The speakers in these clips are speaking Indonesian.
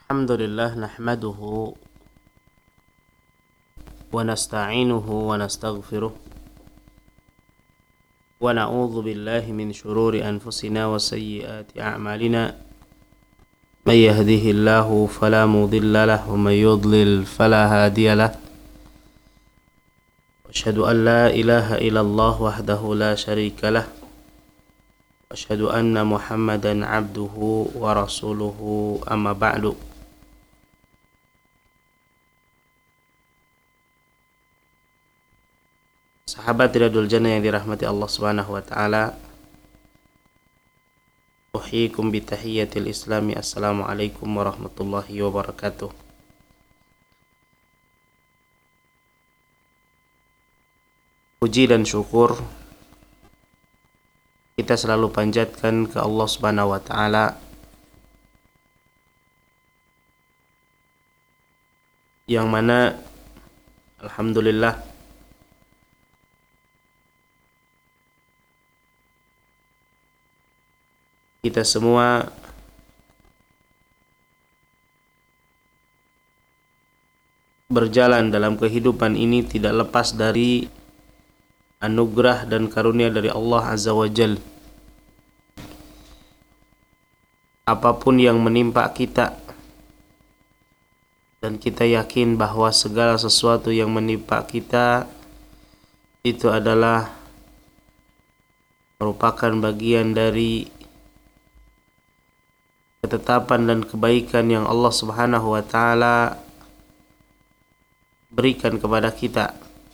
الحمد لله نحمده ونستعينه ونستغفره ونعوذ بالله من شرور أنفسنا وسيئات أعمالنا من يهده الله فلا مضل له ومن يضلل فلا هادي له أشهد أن لا إله إلا الله وحده لا شريك له أشهد أن محمدا عبده ورسوله أما بعد. Sahabat Riyadul Jannah yang dirahmati Allah Subhanahu wa taala, uhyikum bi tahiyyatil islami. Assalamualaikum warahmatullahi wabarakatuh. Puji dan syukur kita selalu panjatkan ke Allah Subhanahu wa taala yang mana alhamdulillah kita semua berjalan dalam kehidupan ini tidak lepas dari anugerah dan karunia dari Allah Azza wa Jal. Apapun yang menimpa kita, dan kita yakin bahwa segala sesuatu yang menimpa kita itu adalah merupakan bagian dari ketetapan dan kebaikan yang Allah Subhanahu wa taala berikan kepada kita.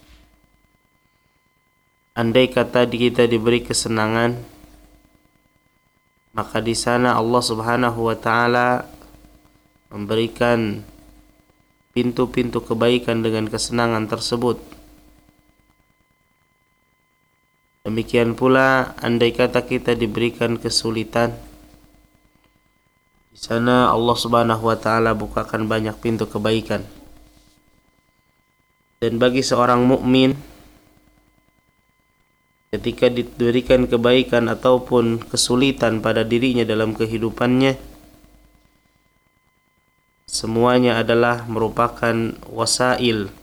Andai kata kita diberi kesenangan, maka di sana Allah Subhanahu wa taala memberikan pintu-pintu kebaikan dengan kesenangan tersebut. Demikian pula andai kata kita diberikan kesulitan, di sana Allah Subhanahu wa taala bukakan banyak pintu kebaikan. Dan bagi seorang mukmin, ketika diberikan kebaikan ataupun kesulitan pada dirinya dalam kehidupannya, semuanya adalah merupakan wasail,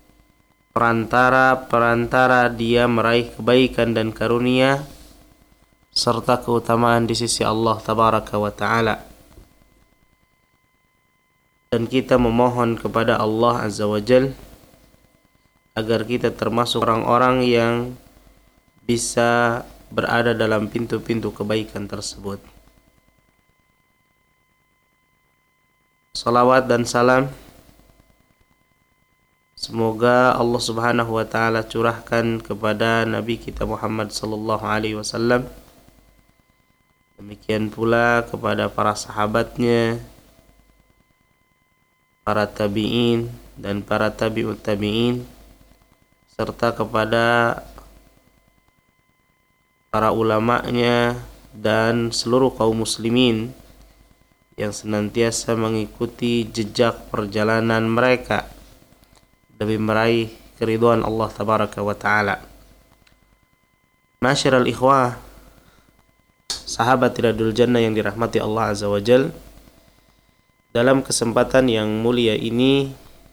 perantara dia meraih kebaikan dan karunia serta keutamaan di sisi Allah Tabaraka wa Ta'ala. Dan kita memohon kepada Allah Azza wa Jal agar kita termasuk orang-orang yang bisa berada dalam pintu-pintu kebaikan tersebut. Salawat dan salam semoga Allah Subhanahu wa taala curahkan kepada Nabi kita Muhammad sallallahu alaihi wasallam. Demikian pula kepada para sahabatnya, para tabi'in dan para tabi'ut tabi'in, serta kepada para ulama'nya dan seluruh kaum muslimin yang senantiasa mengikuti jejak perjalanan mereka demi meraih keridhaan Allah Tabaraka wa Ta'ala. Masyiral ikhwah, sahabat Riyadul Jannah yang dirahmati Allah Azza wa Jal, dalam kesempatan yang mulia ini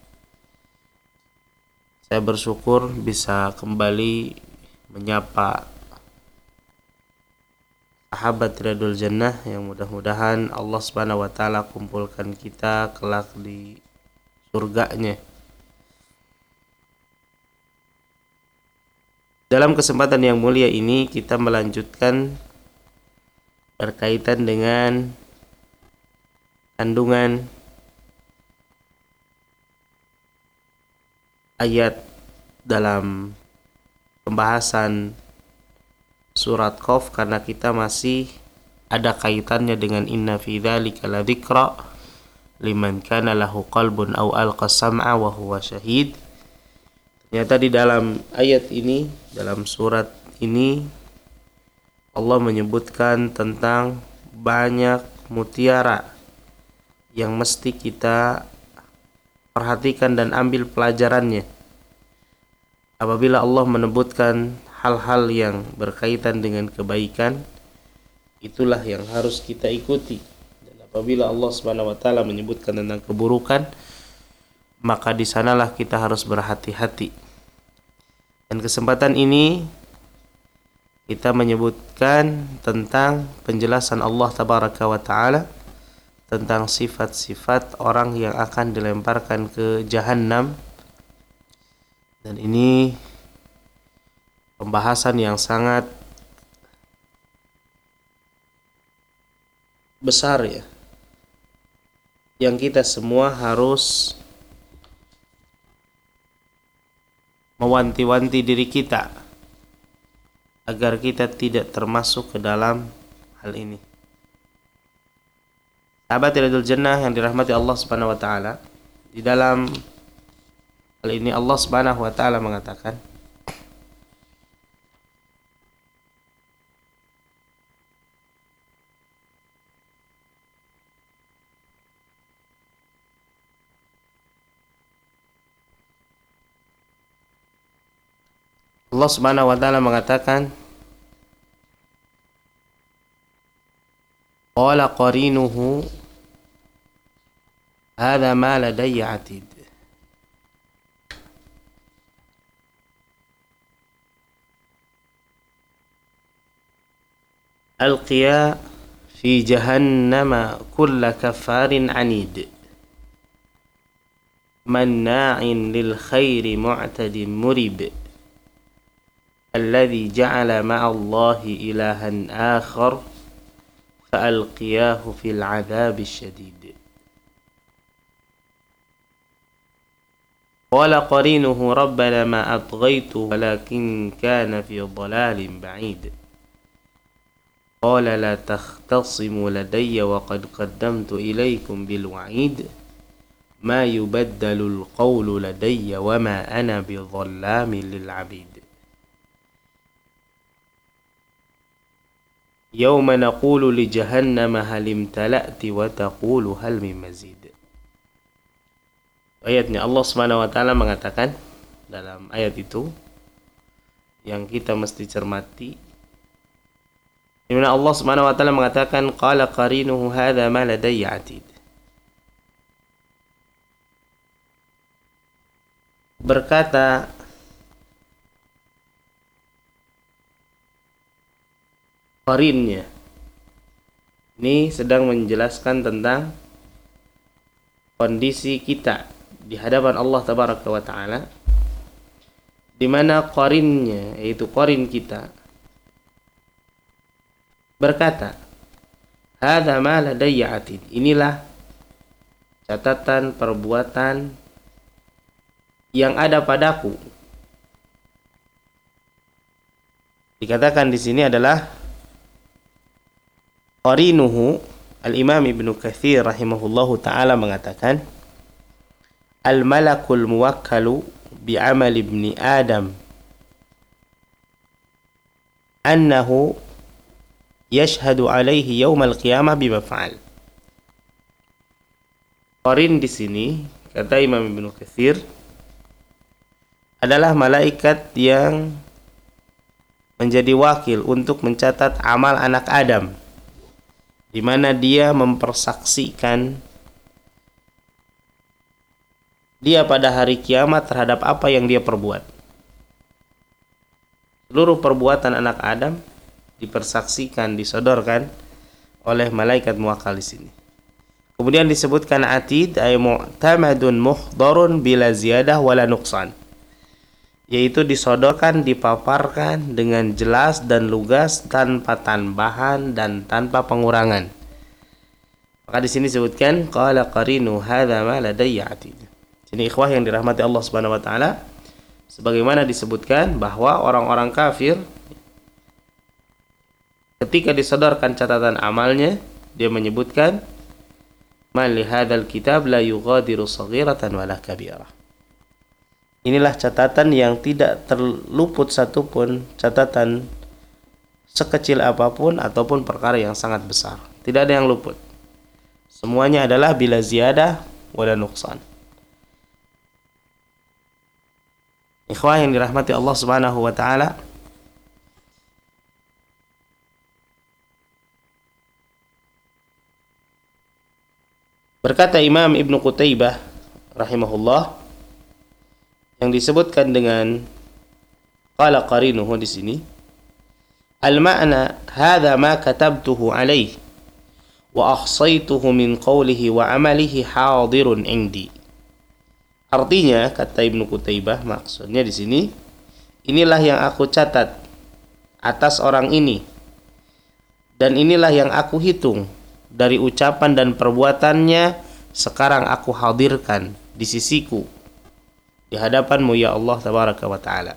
saya bersyukur bisa kembali menyapa sahabat Riyadul Jannah yang mudah-mudahan Allah Subhanahu wa taala kumpulkan kita kelak di surganya. Dalam kesempatan yang mulia ini kita melanjutkan berkaitan dengan kandungan ayat dalam pembahasan surat Qaf, karena kita masih ada kaitannya dengan inna fi dzalika ladzikra liman kana lahu qalbun aw alqa sam'a wa huwa syahid. Ternyata di dalam ayat ini, dalam surat ini, Allah menyebutkan tentang banyak mutiara yang mesti kita perhatikan dan ambil pelajarannya. Apabila Allah menyebutkan hal-hal yang berkaitan dengan kebaikan, itulah yang harus kita ikuti. Dan Apabila Allah Subhanahu wa taala menyebutkan tentang keburukan, maka di sanalah kita harus berhati-hati. Dan kesempatan ini kita menyebutkan tentang penjelasan Allah Tabaraka wa taala tentang sifat-sifat orang yang akan dilemparkan ke Jahannam. Dan ini pembahasan yang sangat besar ya, yang kita semua harus mewanti-wanti diri kita agar kita tidak termasuk ke dalam hal ini. Sahabat Riyadul Jannah yang dirahmati Allah Subhanahu wa taala, di dalam hal ini Allah Subhanahu wa taala mengatakan, Allah Subhanahu wa taala mengatakan, qala qarinuhu hadza ma ladayya atid. Alqiya fi jahannama kulla kafarin anid manna'in lil khairi mu'tadin murib الذي جعل مع الله إلها آخر فألقياه في العذاب الشديد. قال قرينه ربنا ما أطغيته ولكن كان في ضلال بعيد. قال لا تختصموا لدي وقد قدمت إليكم بالوعيد ما يبدل القول لدي وما أنا بظلام للعبيد. يوم نقول لجهنم هل امتلأت وتقول هل من مزيد. Ayatnya Allah Subhanahu wa taala mengatakan dalam ayat itu yang kita mesti cermati, di mana Allah Subhanahu wa taala mengatakan qala qarinuhu hadza ma ladayya atid. Berkata qarinnya, ini sedang menjelaskan tentang kondisi kita di hadapan Allah Tabaraka wa taala, di mana qarinnya, yaitu qarin kita, berkata, hadza ma ladayya atid. Inilah catatan perbuatan yang ada padaku. Dikatakan di sini adalah qarinuhu. Al-Imam Ibnu Katsir rahimahullahu ta'ala mengatakan, al-malakul muwakkalu bi'amal ibni Adam annahu yashhadu alaihi yaumal qiyamah bima fa'al. Qarin di sini, kata Imam Ibnu Katsir, adalah malaikat yang menjadi wakil untuk mencatat amal anak Adam, di mana dia mempersaksikan dia pada hari kiamat terhadap apa yang dia perbuat. Seluruh perbuatan anak Adam dipersaksikan, disodorkan oleh malaikat muwakkal di sini. Kemudian disebutkan atid ay mu'tamadun muhdharun bila ziyadah wala nuqsan, yaitu disodorkan, dipaparkan dengan jelas dan lugas tanpa tambahan dan tanpa pengurangan. Maka di sini disebutkan qala qarinu hadza ma ladayya atid. Ini ikhwah yang dirahmati Allah Subhanahu wa taala, sebagaimana disebutkan bahwa orang-orang kafir ketika disodorkan catatan amalnya, dia menyebutkan ma li hadzal kitab la yughadiru shaghiratan wala kabirah. Inilah catatan yang tidak terluput satupun catatan sekecil apapun ataupun perkara yang sangat besar. Tidak ada yang luput. Semuanya adalah bila ziyadah wala nuqsan. Ikhwah yang dirahmati Allah Subhanahu wa taala, Berkata Imam Ibnu Qutaibah rahimahullah, yang disebutkan dengan qala qarinuhu di sini, al-ma'na hadza ma katabtuhu alaihi wa ahsaytuhu min qawlihi wa amalihi hadirun indi. Artinya, kata Ibnu Qutaibah, maksudnya di sini, inilah yang aku catat atas orang ini, dan inilah yang aku hitung dari ucapan dan perbuatannya, sekarang aku hadirkan di sisiku, di hadapanmu ya Allah tabaraka wa ta'ala.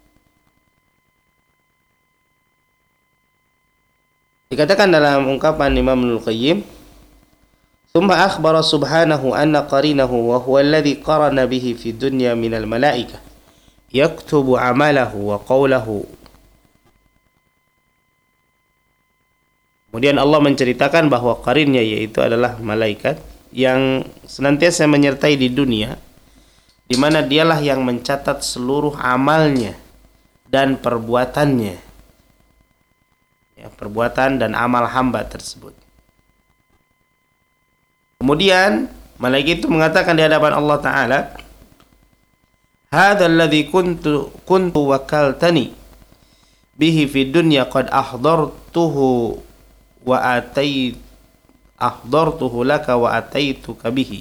Dikatakan dalam ungkapan Imam Ibnul Qayyim, "Tsumma akhbara subhanahu anna qarinahu wa huwa alladhi qarana bihi fi dunya minal malaikah yaktubu amalahu wa qawlahu." Kemudian Allah menceritakan bahwa qarinnya, yaitu adalah malaikat yang senantiasa menyertai di dunia, di mana dialah yang mencatat seluruh amalnya dan perbuatannya, ya, perbuatan dan amal hamba tersebut. Kemudian malaikat itu mengatakan di hadapan Allah Ta'ala, "Hadzal ladzi kuntu wakaltani bihi fid dunya qad ahdartuhu laka wa ataituka bihi."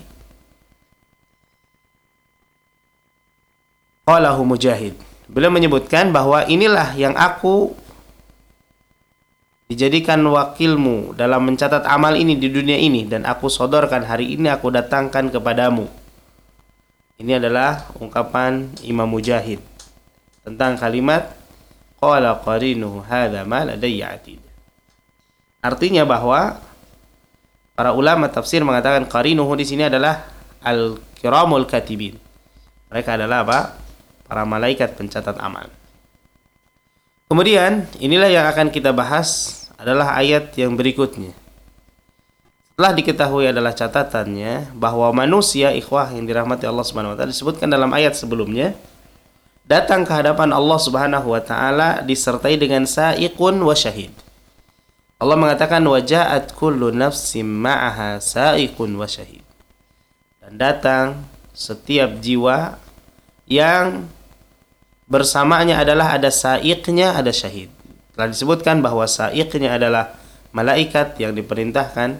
Qalahu Mujahid. Beliau menyebutkan bahwa inilah yang aku dijadikan wakilmu dalam mencatat amal ini di dunia ini, dan aku sodorkan hari ini, aku datangkan kepadamu. Ini adalah ungkapan Imam Mujahid tentang kalimat qala qarinuhu hadza ma ladayya atid. Artinya bahwa para ulama tafsir mengatakan qarinuhu di sini adalah al-kiramul katibin. Mereka adalah apa? Para malaikat pencatat amal. Kemudian inilah yang akan kita bahas adalah ayat yang berikutnya. Setelah diketahui adalah catatannya bahwa manusia, ikhwah yang dirahmati Allah Subhanahu wa taala, disebutkan dalam ayat sebelumnya, datang ke hadapan Allah Subhanahu wa taala disertai dengan sa'iqun wa syahid. Allah mengatakan waja'at kullu nafsim ma'aha sa'iqun wa syahid. Dan datang setiap jiwa yang bersamanya adalah ada sa'iqnya, ada syahid. Telah disebutkan bahwa sa'iqnya adalah malaikat yang diperintahkan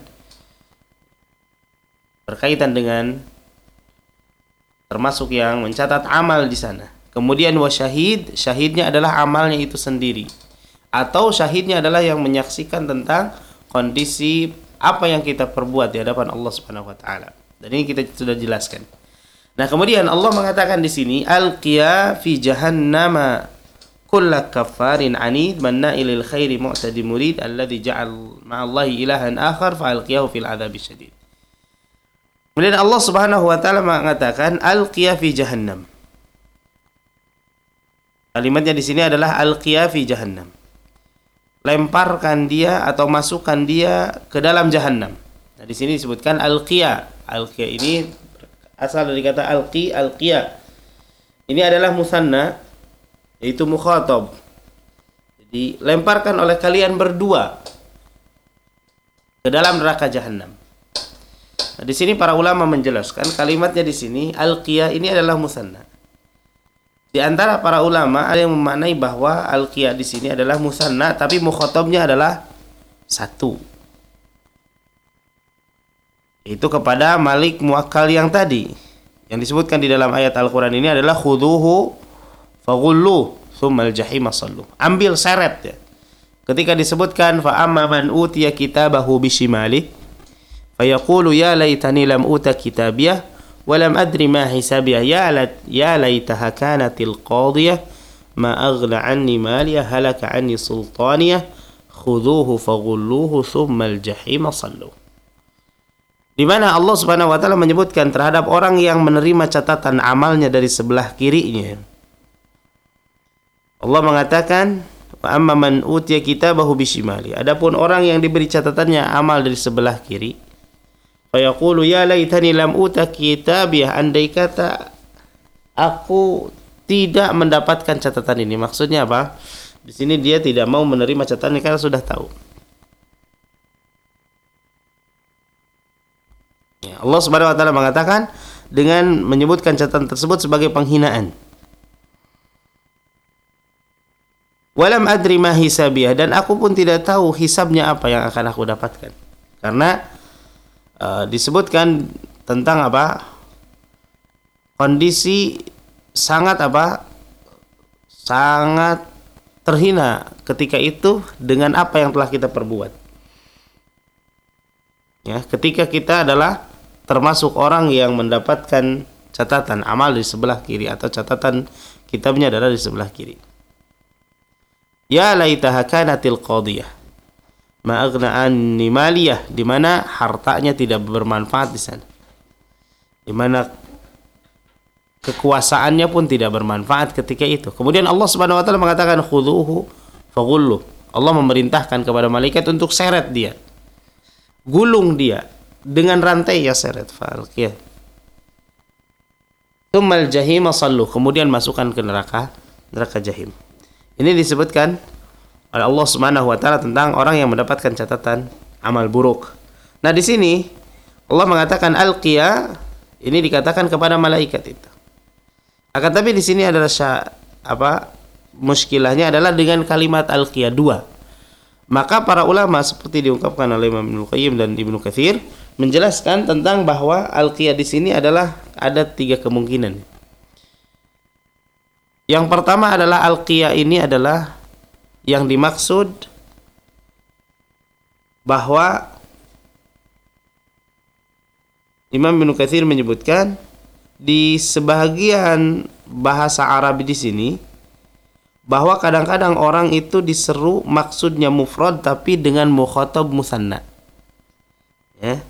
berkaitan dengan termasuk yang mencatat amal di sana. Kemudian wa syahid, syahidnya adalah amalnya itu sendiri. Atau syahidnya adalah yang menyaksikan tentang kondisi apa yang kita perbuat di hadapan Allah Subhanahu wa taala. Dan ini kita sudah jelaskan. Nah, kemudian Allah mengatakan di sini alqiya fi jahannama kulla kaffarin anid manna'il lil khairi mu'tadi murid alladzi ja'al ma'allahi ilahan akhar fa alqiyahu fil adzabi syadid. Kemudian Allah Subhanahu wa taala mengatakan alqiya fi jahannam. Kalimatnya di sini adalah alqiya fi jahannam. Lemparkan dia atau masukkan dia ke dalam jahannam. Nah, di sini disebutkan alqiya. Alqiya ini asal dari kata alqiya. Ini adalah musanna, yaitu mukhatab. Jadi lemparkan oleh kalian berdua ke dalam neraka jahannam. Nah, di sini para ulama menjelaskan kalimatnya di sini alqiya ini adalah musanna. Di antara para ulama ada yang memaknai bahwa alqiya di sini adalah musanna, tapi mukhatabnya adalah satu. Itu kepada Malik Muakkal yang tadi yang disebutkan di dalam ayat Al-Quran ini adalah khuduhu faghullu tsummal jahima sallu. Ambil, seret ya. Ketika disebutkan fa amma man utiya kitabahu bishimali fayaqulu ya laitani lam uta kitabiyah wa lam adri ma hisabiyah ya laitaha kanatil qadiyah ma aghna anni maliya halaka anni sultaniyah khuduhu faghulluhu tsummal jahima sallu. Di mana Allah Subhanahu wa taala menyebutkan terhadap orang yang menerima catatan amalnya dari sebelah kirinya. Allah mengatakan, "Wa amma man utiya kitabahu bishimali." Adapun orang yang diberi catatannya amal dari sebelah kiri, fa yaqulu ya laitani lam uta kitabiyah, andai kata aku tidak mendapatkan catatan ini. Maksudnya apa? Di sini dia tidak mau menerima catatan karena sudah tahu. Ya, Allah Subhanahu wa taala mengatakan dengan menyebutkan catatan tersebut sebagai penghinaan. Walam adri ma hisabiyah, dan aku pun tidak tahu hisabnya apa yang akan aku dapatkan. Karena disebutkan tentang apa? Kondisi sangat apa? Sangat terhina ketika itu dengan apa yang telah kita perbuat. Ya, ketika kita adalah termasuk orang yang mendapatkan catatan amal di sebelah kiri atau catatan kitabnya adalah di sebelah kiri. Ya laitaha kanatil qadiyah ma aghna anni maliyah, di mana hartanya tidak bermanfaat di sana. Di mana kekuasaannya pun tidak bermanfaat ketika itu. Kemudian Allah Subhanahu wa taala mengatakan khudhuhu faghullu. Allah memerintahkan kepada malaikat untuk seret dia. Gulung dia dengan rantai, ya seret falqiyah. Tsummal jahima sallu, kemudian masukkan ke neraka jahim. Ini disebutkan oleh Allah Subhanahu wa taala tentang orang yang mendapatkan catatan amal buruk. Nah, di sini Allah mengatakan alqiya, ini dikatakan kepada malaikat itu. Akan tapi di sini adalah muskilahnya adalah dengan kalimat alqiya dua. Maka para ulama seperti diungkapkan oleh Imam Ibnu Qayyim dan Ibnu Katsir menjelaskan tentang bahwa alqiya di sini adalah ada 3 kemungkinan. Yang pertama adalah alqiya ini adalah yang dimaksud bahwa Imam Ibnu Katsir menyebutkan di sebagian bahasa Arab di sini bahwa kadang-kadang orang itu diseru maksudnya mufrad tapi dengan mukhatab musanna. Ya.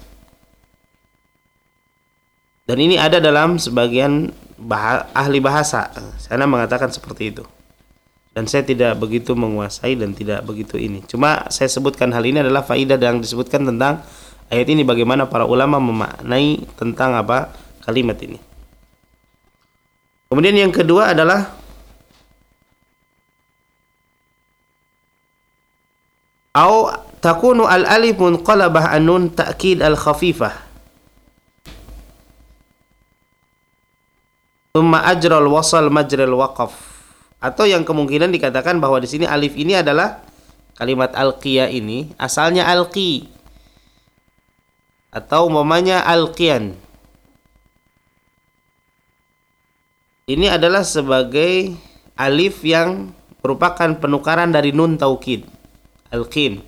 Dan ini ada dalam sebagian ahli bahasa. Saya mengatakan seperti itu. Dan saya tidak begitu menguasai dan tidak begitu ini. Cuma saya sebutkan hal ini adalah faidah yang disebutkan tentang ayat ini, bagaimana para ulama memaknai tentang apa kalimat ini. Kemudian yang kedua adalah au takunu al-alif munqalabah an-nun ta'kid al-khafifah. Tsumma ajral wasal majral waqaf. Atau yang kemungkinan dikatakan bahwa di sini alif ini adalah kalimat alqiya ini asalnya alqi atau umpamanya alqiyan. Ini adalah sebagai alif yang merupakan penukaran dari nun taukid alqin.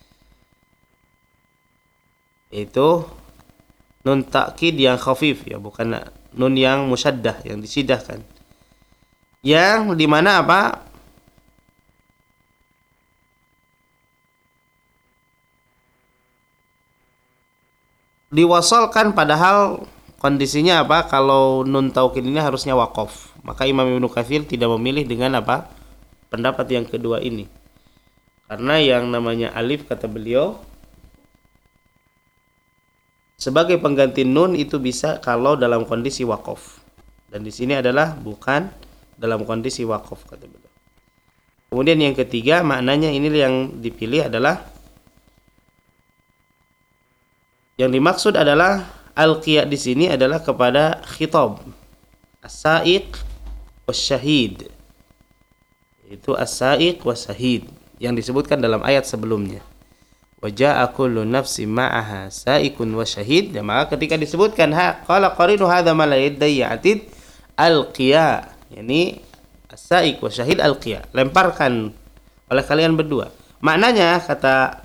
Itu nun taukid yang khafif, ya, bukan nun yang musyaddah, yang disidahkan. Yang dimana apa? Diwasalkan, padahal kondisinya apa? Kalau nun taukid ini harusnya waqaf. Maka Imam Ibnu Katsir tidak memilih dengan apa? Pendapat yang kedua ini. Karena yang namanya alif, kata beliau, sebagai pengganti nun itu bisa kalau dalam kondisi waqaf. Dan di sini adalah bukan dalam kondisi waqaf, kata beliau. Kemudian yang ketiga, maknanya ini yang dipilih adalah yang dimaksud adalah alqiya di sini adalah kepada khitab as-sa'iq wasyahid. Itu as-sa'iq wasyahid yang disebutkan dalam ayat sebelumnya. Wa jaa kullu nafsin ma'aha sa'iqun wa syahid. Ya, maka ketika disebutkan qala qarinu hadza ma la yadayatid alqiya, yakni as-sa'iq wa syahid alqiya, lemparkan oleh kalian berdua. Maknanya kata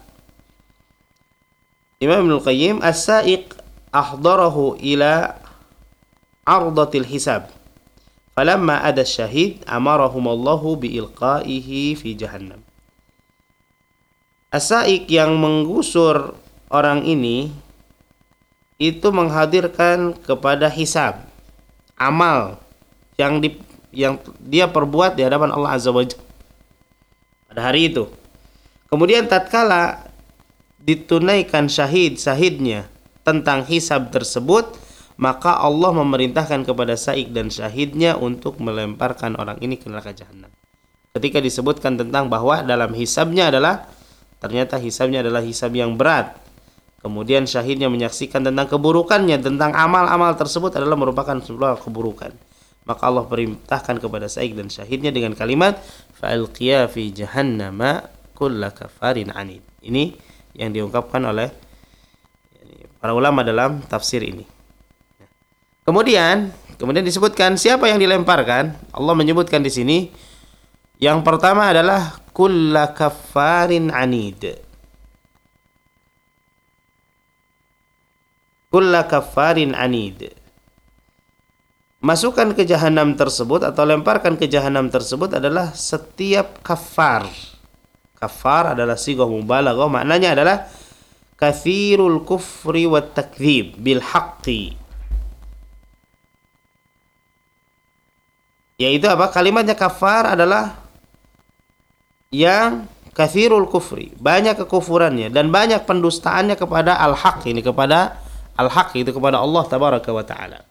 Imam Ibnu Qayyim, as-sa'iq ahdarahu ila ardatil hisab. Falamma ada syahid amarahumallahu bi ilqaihi fi jahannam. As-sa'iq yang menggusur orang ini itu menghadirkan kepada hisab, amal yang dia perbuat di hadapan Allah Azza wa Jalla pada hari itu. Kemudian tatkala ditunaikan syahidnya tentang hisab tersebut, maka Allah memerintahkan kepada sa'iq dan syahidnya untuk melemparkan orang ini ke neraka jahanam. Ketika disebutkan tentang bahwa dalam hisabnya adalah ternyata hisabnya adalah hisab yang berat, kemudian syahidnya menyaksikan tentang keburukannya, tentang amal-amal tersebut adalah merupakan sebuah keburukan, maka Allah perintahkan kepada saik dan syahidnya dengan kalimat fa'alqiya fi jahannama kulla kafarin anid. Ini yang diungkapkan oleh para ulama dalam tafsir ini. Kemudian disebutkan siapa yang dilemparkan. Allah menyebutkan di sini yang pertama adalah kulla kafarin anid. Kulla kafarin anid. Masukkan ke jahanam tersebut atau lemparkan ke jahanam tersebut adalah setiap kafar. Kafar adalah sighah mubalaghah, maknanya adalah katsirul kufri wat takdzib bil haqqi. Yaitu apa? Kalimatnya kafar adalah yang katsirul kufri, banyak kekufurannya dan banyak pendustaannya kepada al-haq, ini kepada al-haq, itu kepada Allah tabaraka wa taala.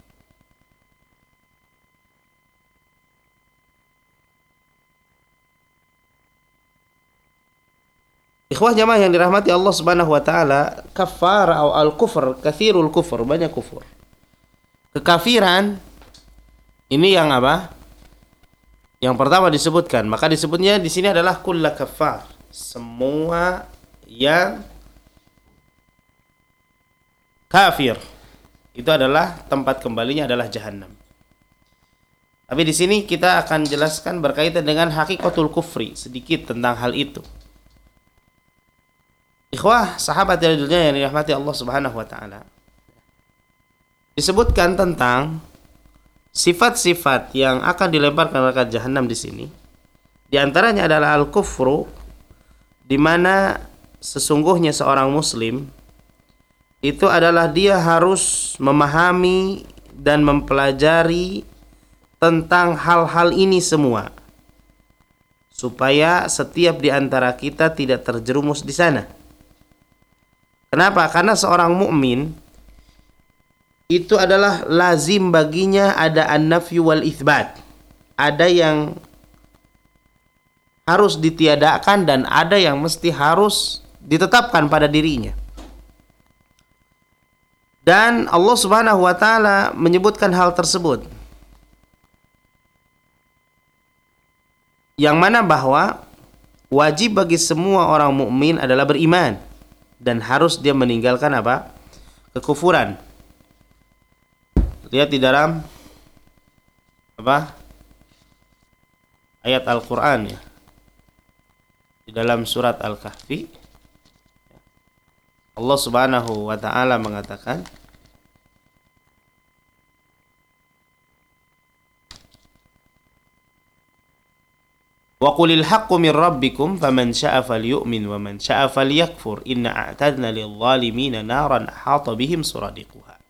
Ikhwah jamaah yang dirahmati Allah Subhanahu wa taala, kafar atau al-kufr, katsirul kufur, banyak kufur. Kekafiran ini yang apa? Yang pertama disebutkan, maka disebutnya di sini adalah kulla kafar, semua yang kafir. Itu adalah tempat kembalinya adalah jahannam. Tapi di sini kita akan jelaskan berkaitan dengan hakikatul kufri sedikit tentang hal itu. Ikhwah, sahabat yang dirahmati Allah Subhanahu wa taala. Disebutkan tentang sifat-sifat yang akan dilemparkan ke neraka jahanam di sini. Di antaranya adalah al-kufru, di mana sesungguhnya seorang muslim itu adalah dia harus memahami dan mempelajari tentang hal-hal ini semua, supaya setiap di antara kita tidak terjerumus di sana. Kenapa? Karena seorang mukmin itu adalah lazim baginya ada an-nafyu wal itsbat. Ada yang harus ditiadakan dan ada yang mesti harus ditetapkan pada dirinya. Dan Allah Subhanahu wa taala menyebutkan hal tersebut. Yang mana bahwa wajib bagi semua orang mukmin adalah beriman dan harus dia meninggalkan apa? Kekufuran. Lihat di dalam apa? Ayat Al-Qur'an ya. Di dalam surat Al-Kahfi Allah Subhanahu wa taala mengatakan wa qulil haqqu min rabbikum faman syaa'a falyu'min wa man syaa'a falyakfur inna a'tadna lidh-dhalimina naran ahata bihim suradiquha.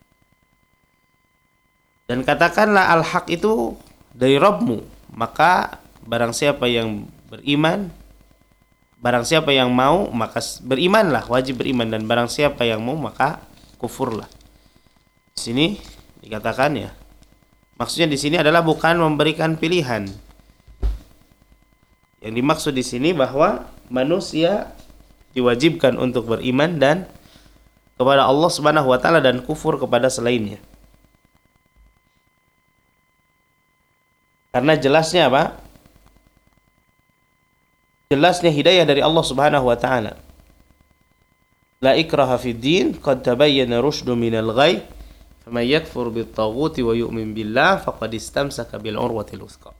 Dan katakanlah al-haq itu dari Rabbmu, maka barang siapa yang beriman, barang siapa yang mau maka berimanlah, wajib beriman, dan barang siapa yang mau maka kufurlah. Di sini dikatakan ya, maksudnya di sini adalah bukan memberikan pilihan. Yang dimaksud di sini bahwa manusia diwajibkan untuk beriman dan kepada Allah Subhanahu wa taala dan kufur kepada selainnya. Karena jelasnya apa? Jelasnya hidayah dari Allah Subhanahu wa taala. La ikraha fid din, qad tabayyana rusydu minal ghayy, faman yakfur bit-taghuti wa yu'min billah faqad istamsaka bil urwatil wuthqa.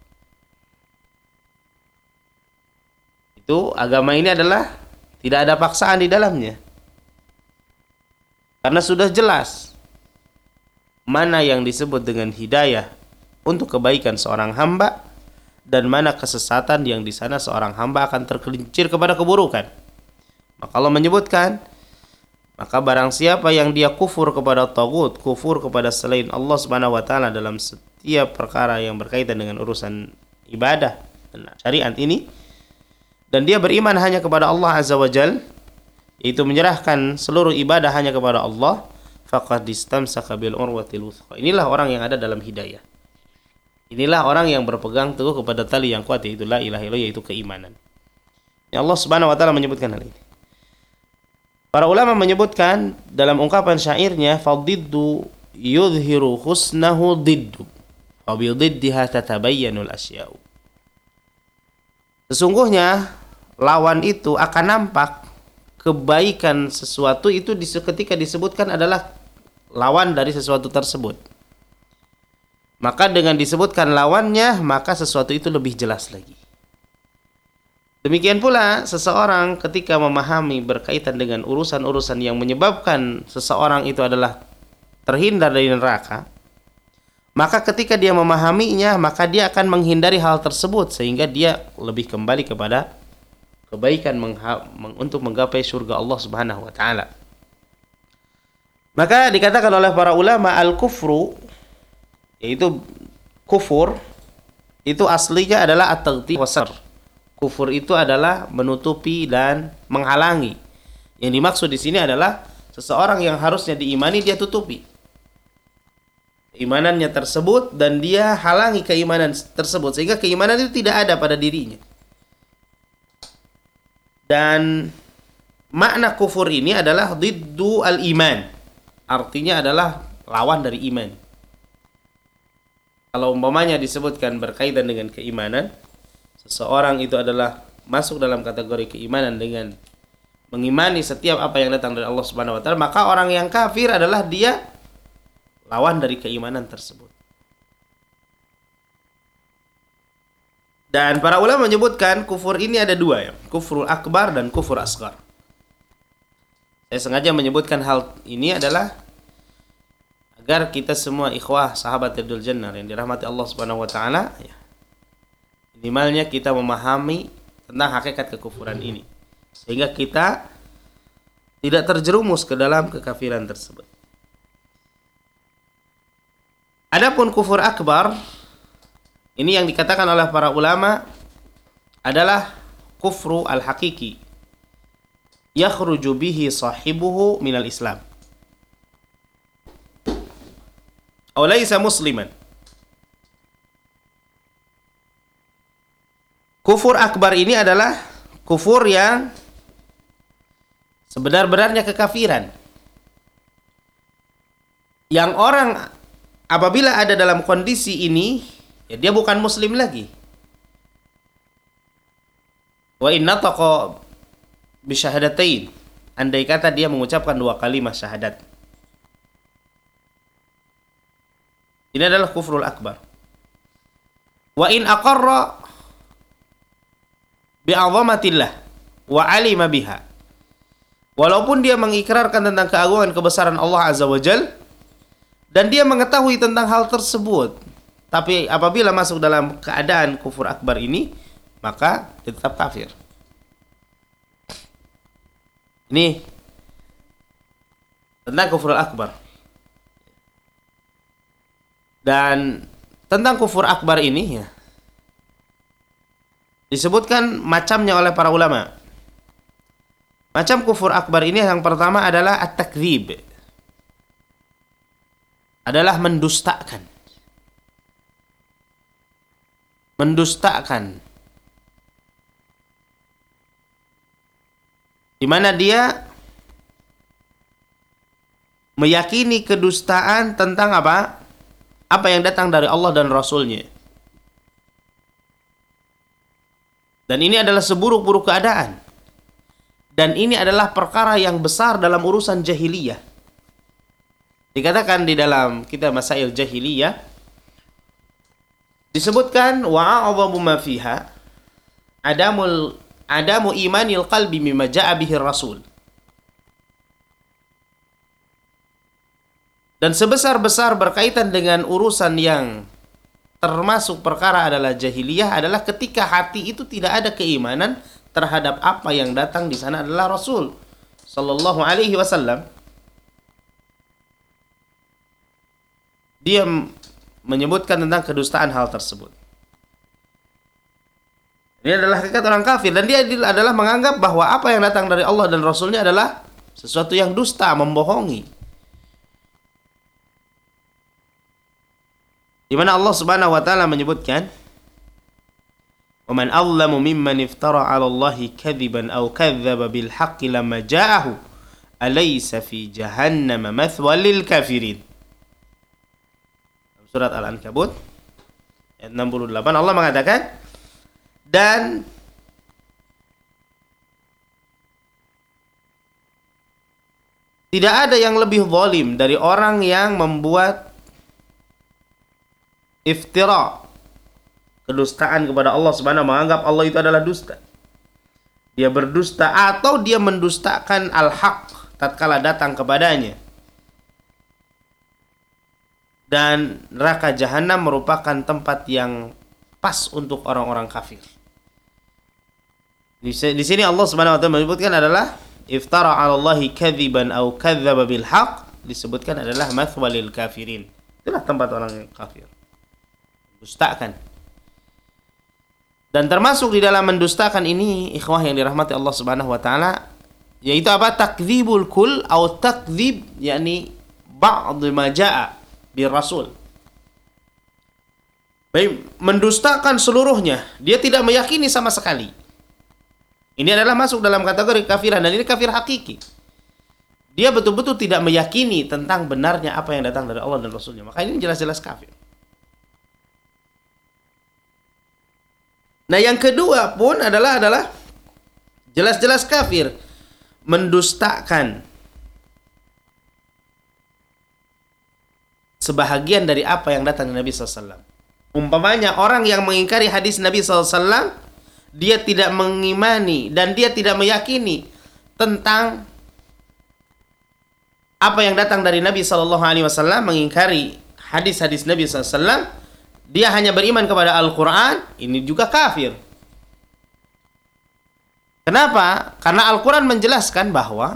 Itu agama ini adalah tidak ada paksaan di dalamnya. Karena sudah jelas mana yang disebut dengan hidayah untuk kebaikan seorang hamba dan mana kesesatan yang di sana seorang hamba akan tergelincir kepada keburukan. Maka Allah menyebutkan, maka barang siapa yang dia kufur kepada taghut, kufur kepada selain Allah Subhanahu wa taala dalam setiap perkara yang berkaitan dengan urusan ibadah dan syariat ini, dan dia beriman hanya kepada Allah Azza wa Jal, yaitu menyerahkan seluruh ibadah hanya kepada Allah, faqad istamsaka bil urwatil wuthqa. Inilah orang yang ada dalam hidayah. Inilah orang yang berpegang teguh kepada tali yang kuat, yaitu la ilaha illallah, yaitu keimanan. Ya Allah Subhanahu wa taala menyebutkan hal ini. Para ulama menyebutkan dalam ungkapan syairnya, fadiddu yudhiru husnahu diddu wa bididdiha tatabayyanul asya'u. Sesungguhnya lawan itu akan nampak, kebaikan sesuatu itu ketika disebutkan adalah lawan dari sesuatu tersebut. Maka dengan disebutkan lawannya, maka sesuatu itu lebih jelas lagi. Demikian pula seseorang ketika memahami berkaitan dengan urusan-urusan yang menyebabkan seseorang itu adalah terhindar dari neraka, maka ketika dia memahaminya, maka dia akan menghindari hal tersebut sehingga dia lebih kembali kepada kebaikan untuk menggapai surga Allah Subhanahu wa taala. Maka dikatakan oleh para ulama al-kufru, yaitu kufur, itu aslinya adalah at-taghti wasar. Kufur itu adalah menutupi dan menghalangi. Yang dimaksud di sini adalah seseorang yang harusnya diimani dia tutupi keimanannya tersebut dan dia halangi keimanan tersebut sehingga keimanan itu tidak ada pada dirinya. Dan makna kufur ini adalah diddu al-iman. Artinya adalah lawan dari iman. Kalau umpamanya disebutkan berkaitan dengan keimanan, seseorang itu adalah masuk dalam kategori keimanan dengan mengimani setiap apa yang datang dari Allah Subhanahu wa taala, maka orang yang kafir adalah dia lawan dari keimanan tersebut. Dan para ulama menyebutkan kufur ini ada dua, ya, kufrul akbar dan kufur asghar. Saya sengaja menyebutkan hal ini adalah agar kita semua ikhwah sahabat Ridul Jannah yang dirahmati Allah Subhanahu wa taala, ya, minimalnya kita memahami tentang hakikat kekufuran ini sehingga kita tidak terjerumus ke dalam kekafiran tersebut. Adapun kufur akbar ini yang dikatakan oleh para ulama adalah kufru al-haqiqi yakhruju bihi sahibuhu minal Islam aw laysa musliman. Kufur akbar ini adalah kufur yang sebenar-benarnya kekafiran. Yang orang apabila ada dalam kondisi ini, ya dia bukan muslim lagi. Wa inna taqa bi syahadatain. Andai kata dia mengucapkan dua kalimat syahadat. Ini adalah kufrul akbar. Wa in aqarra bi'azamatillah wa alima biha. Walaupun dia mengikrarkan tentang keagungan kebesaran Allah Azza wa Jal dan dia mengetahui tentang hal tersebut, tapi apabila masuk dalam keadaan kufur akbar ini, maka dia tetap kafir. Ini tentang kufur akbar. Dan tentang kufur akbar ini, ya, disebutkan macamnya oleh para ulama. Macam kufur akbar ini yang pertama adalah at-takdzib. Adalah mendustakan. Mendustakan. Di mana dia meyakini kedustaan tentang apa? Apa yang datang dari Allah dan Rasul-Nya. Dan ini adalah seburuk-buruk keadaan. Dan ini adalah perkara yang besar dalam urusan jahiliyah. Dikatakan di dalam kitab Masail Jahiliyah, disebutkan wa'a'adhamu ma fiha adamu imanil qalbi mimma ja'a bihi rasul. Dan sebesar-besar berkaitan dengan urusan yang termasuk perkara adalah jahiliyah adalah ketika hati itu tidak ada keimanan terhadap apa yang datang di sana adalah Rasul sallallahu alaihi wasallam. Dia menyebutkan tentang kedustaan hal tersebut. Ini adalah hakikat orang kafir dan dia adalah menganggap bahwa apa yang datang dari Allah dan Rasul-Nya adalah sesuatu yang dusta, membohongi. Di mana Allah Subhanahu wa taala menyebutkan, "Wa man azlamu mimman iftara 'ala Allahi kadziban aw kadzdzaba bil haqqi lamma ja'ahu alaysa fi jahannam mathwal lil kafirin. Surat Al-Ankabut ayat 68 Allah mengatakan, dan tidak ada yang lebih zalim dari orang yang membuat iftira, kedustaan kepada Allah Subhanahu, menganggap Allah itu adalah dusta. Dia berdusta atau dia mendustakan al-haq tatkala datang kepadanya. Dan neraka jahanam merupakan tempat yang pas untuk orang-orang kafir. Di sini Allah Subhanahu wa taala menyebutkan adalah iftara 'ala Allahi kadziban aw kadzdzaba bil haqq, disebutkan adalah mathwalil kafirin. Itulah tempat orang yang kafir. Dustakan. Dan termasuk di dalam mendustakan ini, ikhwah yang dirahmati Allah Subhanahu wa taala, yaitu apa? Takdzibul kull atau takdzib, yakni ba'd ma jaa bir rasul. Baik, mendustakan seluruhnya, dia tidak meyakini sama sekali. Ini adalah masuk dalam kategori kafiran, dan ini kafir hakiki. Dia betul-betul tidak meyakini tentang benarnya apa yang datang dari Allah dan Rasulnya. Maka ini jelas-jelas kafir. Nah, yang kedua pun adalah jelas-jelas kafir, mendustakan sebahagian dari apa yang datang dari Nabi SAW. Umpamanya orang yang mengingkari hadis Nabi SAW, dia tidak mengimani dan dia tidak meyakini tentang apa yang datang dari Nabi SAW, mengingkari hadis-hadis Nabi SAW, dia hanya beriman kepada Al-Quran, ini juga kafir. Kenapa? Karena Al-Quran menjelaskan bahwa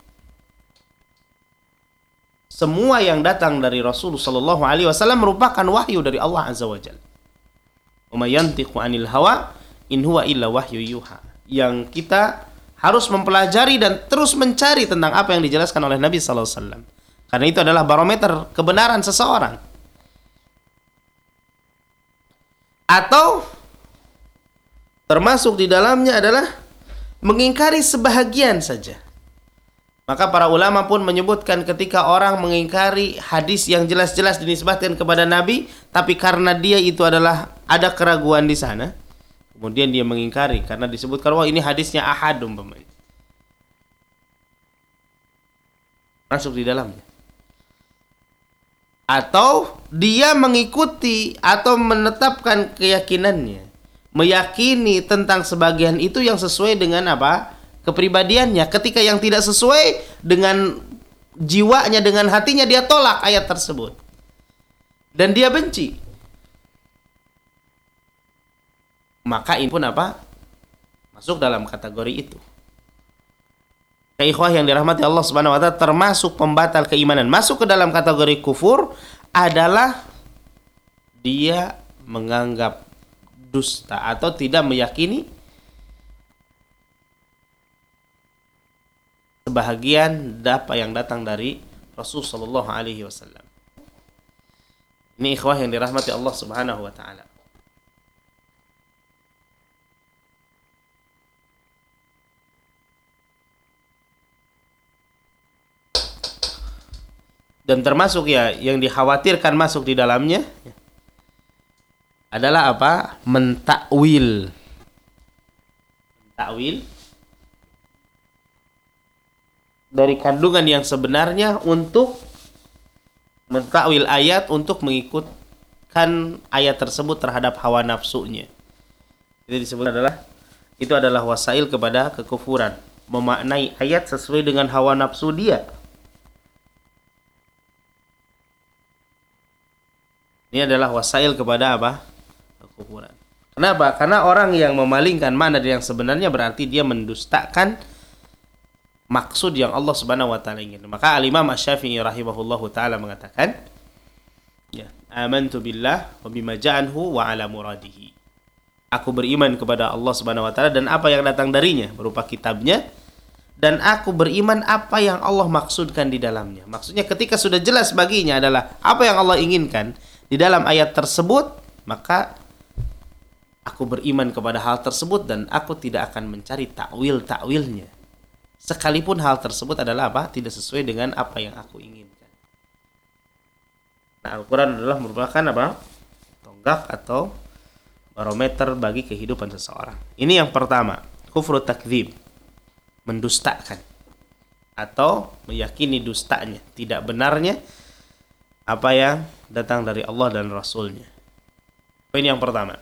semua yang datang dari Rasulullah SAW merupakan wahyu dari Allah Azza wa Jalla. Wa may yantiqu 'anil hawa in huwa illa wahyu yuha. Yang kita harus mempelajari dan terus mencari tentang apa yang dijelaskan oleh Nabi SAW. Karena itu adalah barometer kebenaran seseorang. Atau termasuk di dalamnya adalah mengingkari sebahagian saja. Maka para ulama pun menyebutkan ketika orang mengingkari hadis yang jelas-jelas dinisbatkan kepada Nabi, tapi karena dia itu adalah ada keraguan di sana, kemudian dia mengingkari karena disebutkan wah ini hadisnya ahad umpamanya. Masuk di dalamnya. Atau dia mengikuti atau menetapkan keyakinannya, meyakini tentang sebagian itu yang sesuai dengan apa? Kepribadiannya. Ketika yang tidak sesuai dengan jiwanya, dengan hatinya, dia tolak ayat tersebut. Dan dia benci. Maka ini pun apa? Masuk dalam kategori itu. Ikhwah yang dirahmati Allah Subhanahu wa taala, termasuk pembatal keimanan. Masuk ke dalam kategori kufur adalah dia menganggap dusta atau tidak meyakini sebahagian apa yang datang dari Rasul sallallahu alaihi wasallam. Ini ikhwah yang dirahmati Allah Subhanahu wa taala. Dan termasuk ya yang dikhawatirkan masuk di dalamnya adalah apa? Mentakwil. Mentakwil dari kandungan yang sebenarnya untuk mentakwil ayat untuk mengikutkan ayat tersebut terhadap hawa nafsunya. Itu disebut itu adalah wasail kepada kekufuran, memaknai ayat sesuai dengan hawa nafsu dia. Ini adalah wasail kepada apa? Kekufuran. Kenapa? Karena orang yang memalingkan makna dari yang sebenarnya berarti dia mendustakan maksud yang Allah Subhanahu wa taala ingin. Maka Al-Imam Asy-Syafi'i rahimahullahu taala mengatakan, ya, amantu billah wa bima ja'anhu wa ala muradihi. Aku beriman kepada Allah Subhanahu wa taala dan apa yang datang darinya berupa kitabnya, dan aku beriman apa yang Allah maksudkan di dalamnya. Maksudnya ketika sudah jelas baginya adalah apa yang Allah inginkan di dalam ayat tersebut, maka aku beriman kepada hal tersebut dan aku tidak akan mencari takwil-takwilnya. sekalipun hal tersebut adalah apa? Tidak sesuai dengan apa yang aku inginkan. Nah, Al-Quran adalah merupakan apa? Tonggak atau barometer bagi kehidupan seseorang. Ini yang pertama, kufru takdzib, mendustakan atau meyakini dustanya, tidak benarnya apa yang datang dari Allah dan Rasulnya. Poin yang pertama.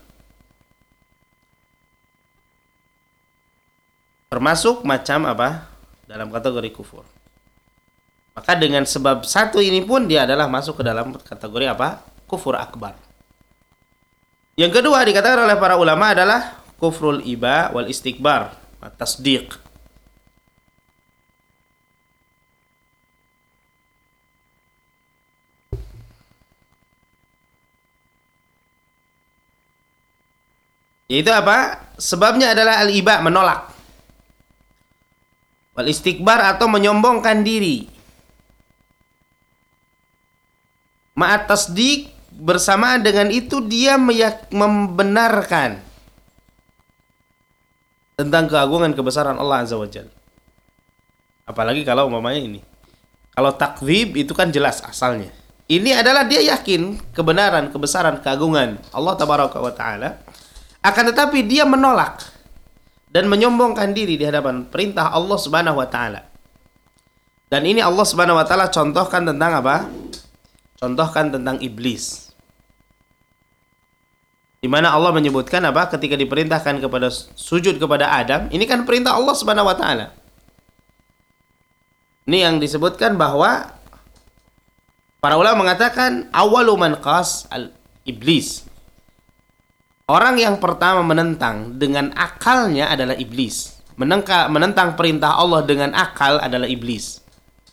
Termasuk macam apa? Dalam kategori kufur. Maka dengan sebab satu ini pun dia adalah masuk ke dalam kategori apa? Kufur akbar. Yang kedua dikatakan oleh para ulama adalah kufrul iba wal istikbar, tasdiq. Yaitu apa? Sebabnya adalah al-iba, menolak. Wal istikbar atau menyombongkan diri. Ma'at tasdiq, bersamaan dengan itu dia membenarkan tentang keagungan kebesaran Allah Azza wa Jalla. Apalagi kalau umpamanya ini. Kalau takdzib itu kan jelas asalnya. Ini adalah dia yakin kebenaran, kebesaran, keagungan Allah Tabaraka wa Ta'ala. Akan tetapi dia menolak dan menyombongkan diri di hadapan perintah Allah Subhanahu wa Ta'ala. Dan ini Allah Subhanahu wa Ta'ala contohkan tentang apa? Contohkan tentang iblis. Di mana Allah menyebutkan apa? Ketika diperintahkan kepada sujud kepada Adam, ini kan perintah Allah Subhanahu wa Ta'ala. Ini yang disebutkan bahwa para ulama mengatakan awwalu man qas al-iblis. Orang yang pertama menentang dengan akalnya adalah iblis. Menentang perintah Allah dengan akal adalah iblis.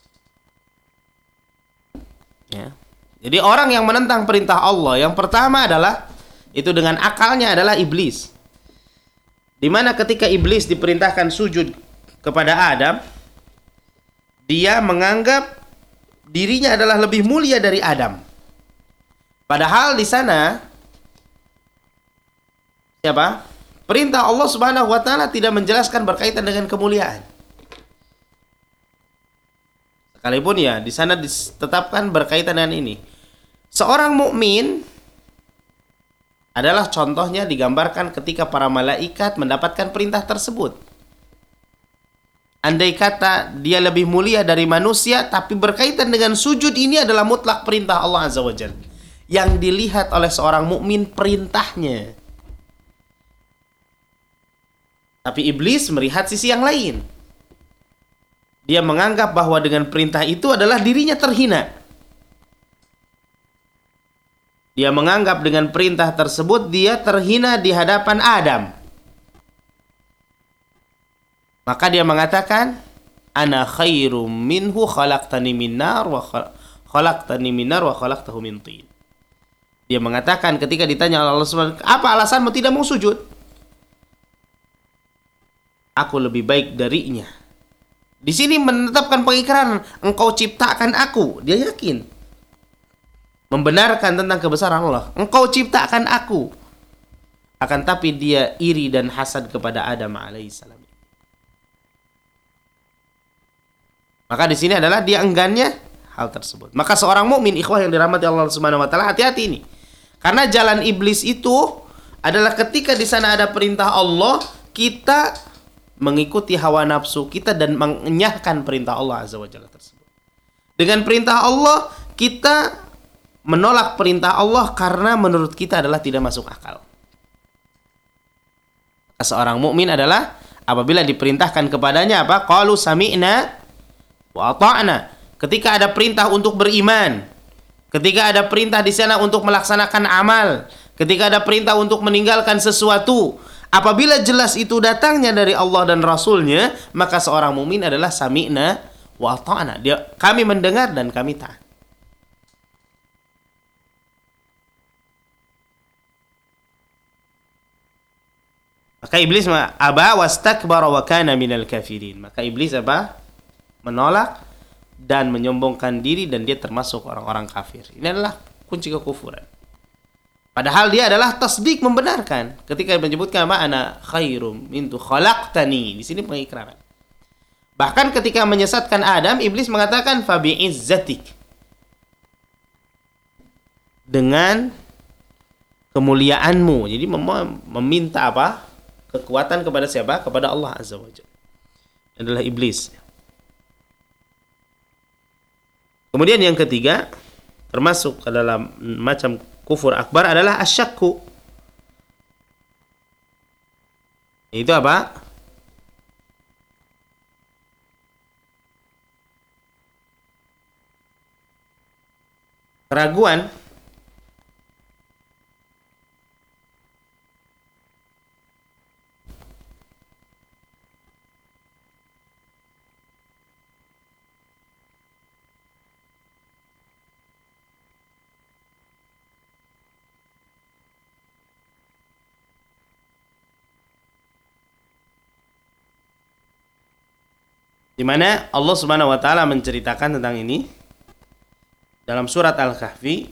Ya. Jadi orang yang menentang perintah Allah yang pertama adalah itu dengan akalnya adalah iblis. Di mana ketika iblis diperintahkan sujud kepada Adam, dia menganggap dirinya adalah lebih mulia dari Adam. Padahal di sana siapa? Perintah Allah Subhanahu wa Ta'ala tidak menjelaskan berkaitan dengan kemuliaan. Sekalipun ya di sana ditetapkan berkaitan dengan ini. Seorang mukmin adalah contohnya digambarkan ketika para malaikat mendapatkan perintah tersebut. Andai kata dia lebih mulia dari manusia, tapi berkaitan dengan sujud ini adalah mutlak perintah Allah Azza wa Jalla. Yang dilihat oleh seorang mukmin perintahnya. Tapi iblis melihat sisi yang lain. Dia menganggap bahwa dengan perintah itu adalah dirinya terhina. Dia menganggap dengan perintah tersebut dia terhina di hadapan Adam. Maka dia mengatakan, ana khairum minhu khalaqtani min nar wa khalaqtahu min tin. Dia mengatakan ketika ditanya oleh Allah Subhanahu wa Ta'ala, apa alasanmu tidak mau sujud? Aku lebih baik darinya. Di sini menetapkan pengikraran, engkau ciptakan aku. Dia yakin. Membenarkan tentang kebesaran Allah. Engkau ciptakan aku. Akan tapi dia iri dan hasad kepada Adam alaihissalam. Maka di sini adalah dia enggannya hal tersebut. Maka seorang mukmin ikhwah yang dirahmati Allah Subhanahu wa Ta'ala, hati-hati ini. Karena jalan iblis itu adalah ketika di sana ada perintah Allah, kita mengikuti hawa nafsu kita dan mengenyahkan perintah Allah Azza wa Jalla tersebut. Dengan perintah Allah, kita menolak perintah Allah karena menurut kita adalah tidak masuk akal. Seorang mukmin adalah apabila diperintahkan kepadanya apa? Qalu sami'na wa ata'na. Ketika ada perintah untuk beriman, ketika ada perintah di sana untuk melaksanakan amal, ketika ada perintah untuk meninggalkan sesuatu, apabila jelas itu datangnya dari Allah dan Rasulnya, maka seorang mukmin adalah sami'na wa ata'na. Kami mendengar dan kami taat. Maka iblis aba wastakbara wa kana minal kafirin. Maka iblis apa? Menolak dan menyombongkan diri dan dia termasuk orang-orang kafir. Ini adalah kunci kekufuran. Padahal dia adalah tasdik, membenarkan. Ketika menyebutkan ma'ana khairum mintu khalaqtani, di sini pengikraran. Bahkan ketika menyesatkan Adam, iblis mengatakan fabi izzatik, dengan kemuliaanmu. Jadi meminta apa? Kekuatan kepada siapa? Kepada Allah Azza wa Jalla. Adalah iblis. Kemudian yang ketiga, termasuk ke dalam macam kufur akbar adalah asyakku. Itu apa? Keraguan. Di mana Allah Subhanahu wa taala menceritakan tentang ini dalam surat Al-Kahfi.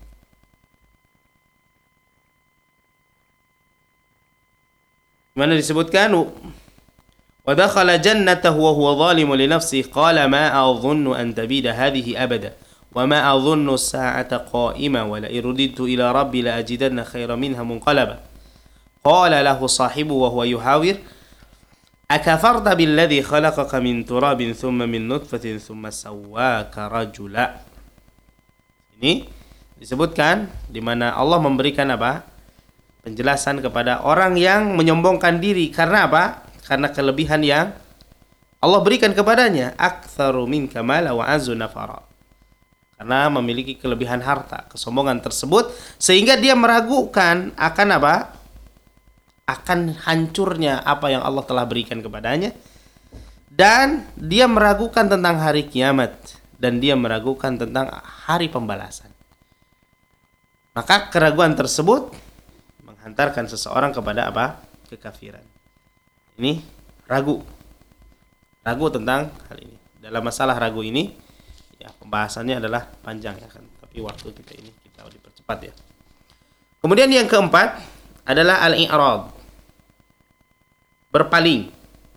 Di mana disebutkan wa dakhala jannatahu wa huwa zalimun li nafsihi qala ma adhunnu an tabida hadhihi abada wa ma adhunnu as-sa'ata qa'ima wa la irudtu ila rabbi la ajidanna khayran minha munqalaba qala lahu sahibu wa huwa yuhawir akafarta billadhi khalaqaka min turabin thumma min nutfatin thumma sawwaka rajula. Ini disebutkan di mana Allah memberikan apa? Penjelasan kepada orang yang menyombongkan diri karena apa? Karena kelebihan yang Allah berikan kepadanya, aktsaru minka mala wa azzu nafara. Karena memiliki kelebihan harta, kesombongan tersebut sehingga dia meragukan akan apa? Akan hancurnya apa yang Allah telah berikan kepadanya, dan dia meragukan tentang hari kiamat, dan dia meragukan tentang hari pembalasan. Maka keraguan tersebut menghantarkan seseorang kepada apa? Kekafiran. Ini ragu tentang hal ini. Dalam masalah ragu ini, ya pembahasannya adalah panjang ya kan, tapi waktu kita ini kita dipercepat ya. Kemudian yang keempat adalah al-i'rad, berpaling.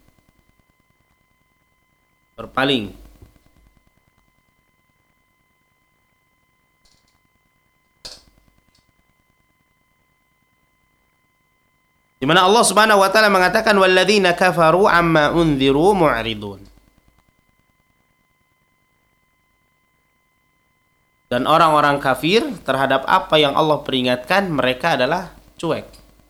Di mana Allah Subhanahu wa taala mengatakan walladzina kafaru amma unziru mu'ridun. Dan orang-orang kafir terhadap apa yang Allah peringatkan, mereka adalah cuek.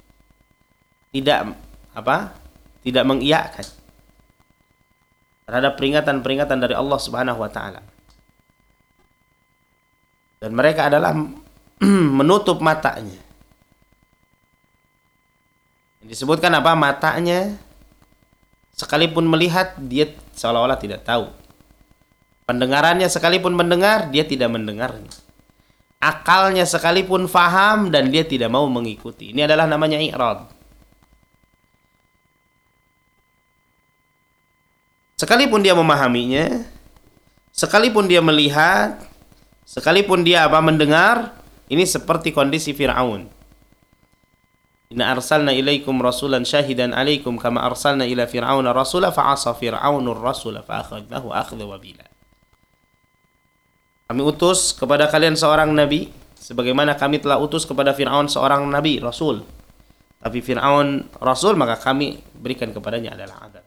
Tidak mengiyakan terhadap peringatan-peringatan dari Allah Subhanahu wa taala. Dan mereka adalah menutup matanya. Disebutkan apa? Matanya sekalipun melihat dia seolah-olah tidak tahu. Pendengarannya sekalipun mendengar dia tidak mendengarnya. Akalnya sekalipun faham dan dia tidak mau mengikuti. Ini adalah namanya i'rad. Sekalipun dia memahaminya, sekalipun dia melihat, sekalipun dia mendengar, ini seperti kondisi Fir'aun. Inna arsalna ilaikum rasulan syahidan alaikum kama arsalna ila fir'auna rasula fa'asa fir'aunur rasula fa'akhadnahu akhdha wabila. Kami utus kepada kalian seorang nabi sebagaimana kami telah utus kepada Fir'aun seorang nabi, rasul. Tapi Fir'aun rasul, maka kami berikan kepadanya adalah adab.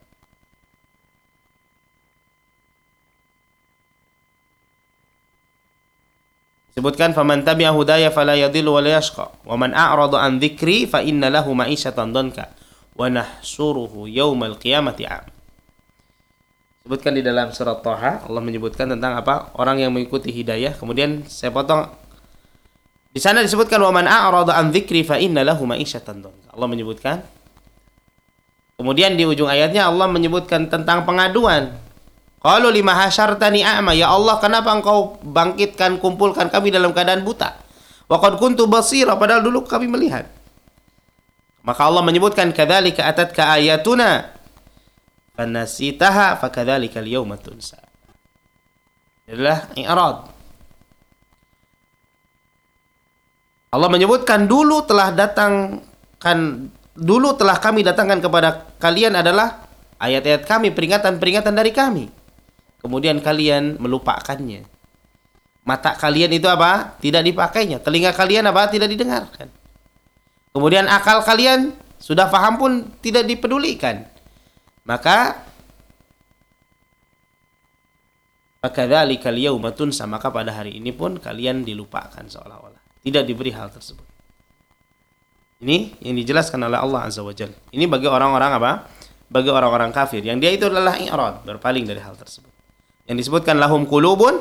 Sebutkan faman tabi'a hudaya fala yadhillu wa la yashqa wa man a'rada an dzikri fa inna lahu ma'isyatan danka wa nahsuruhu yaumal qiyamati a'ma. Sebutkan di dalam surat Thaha, Allah menyebutkan tentang apa? Orang yang mengikuti hidayah. Kemudian saya potong di sana disebutkan wa man a'rada an dzikri fa inna lahu ma'isyatan danka. Allah menyebutkan. Kemudian di ujung ayatnya Allah menyebutkan tentang pengaduan. Qalu lima hasyartani a'ma, ya Allah kenapa engkau bangkitkan, kumpulkan kami dalam keadaan buta? Wa qad kuntu basira, padahal dulu kami melihat. Maka Allah menyebutkan kadzalika atatka ayatuna fanasitaha fakadzalika al-yauma tunsa. Adalah i'rad. Allah menyebutkan dulu telah kami datangkan kepada kalian adalah ayat-ayat kami, peringatan-peringatan dari kami. Kemudian kalian melupakannya. Mata kalian itu apa? Tidak dipakainya. Telinga kalian apa? Tidak didengarkan. Kemudian akal kalian sudah paham pun tidak dipedulikan. Maka dzalika al-yauma tunsa, maka pada hari ini pun kalian dilupakan seolah-olah. Tidak diberi hal tersebut. Ini yang dijelaskan oleh Allah Azza wa Jalla. Ini bagi orang-orang apa? Bagi orang-orang kafir. Yang dia itu adalah i'rad, berpaling dari hal tersebut. Yang disebutkan lahum qulubun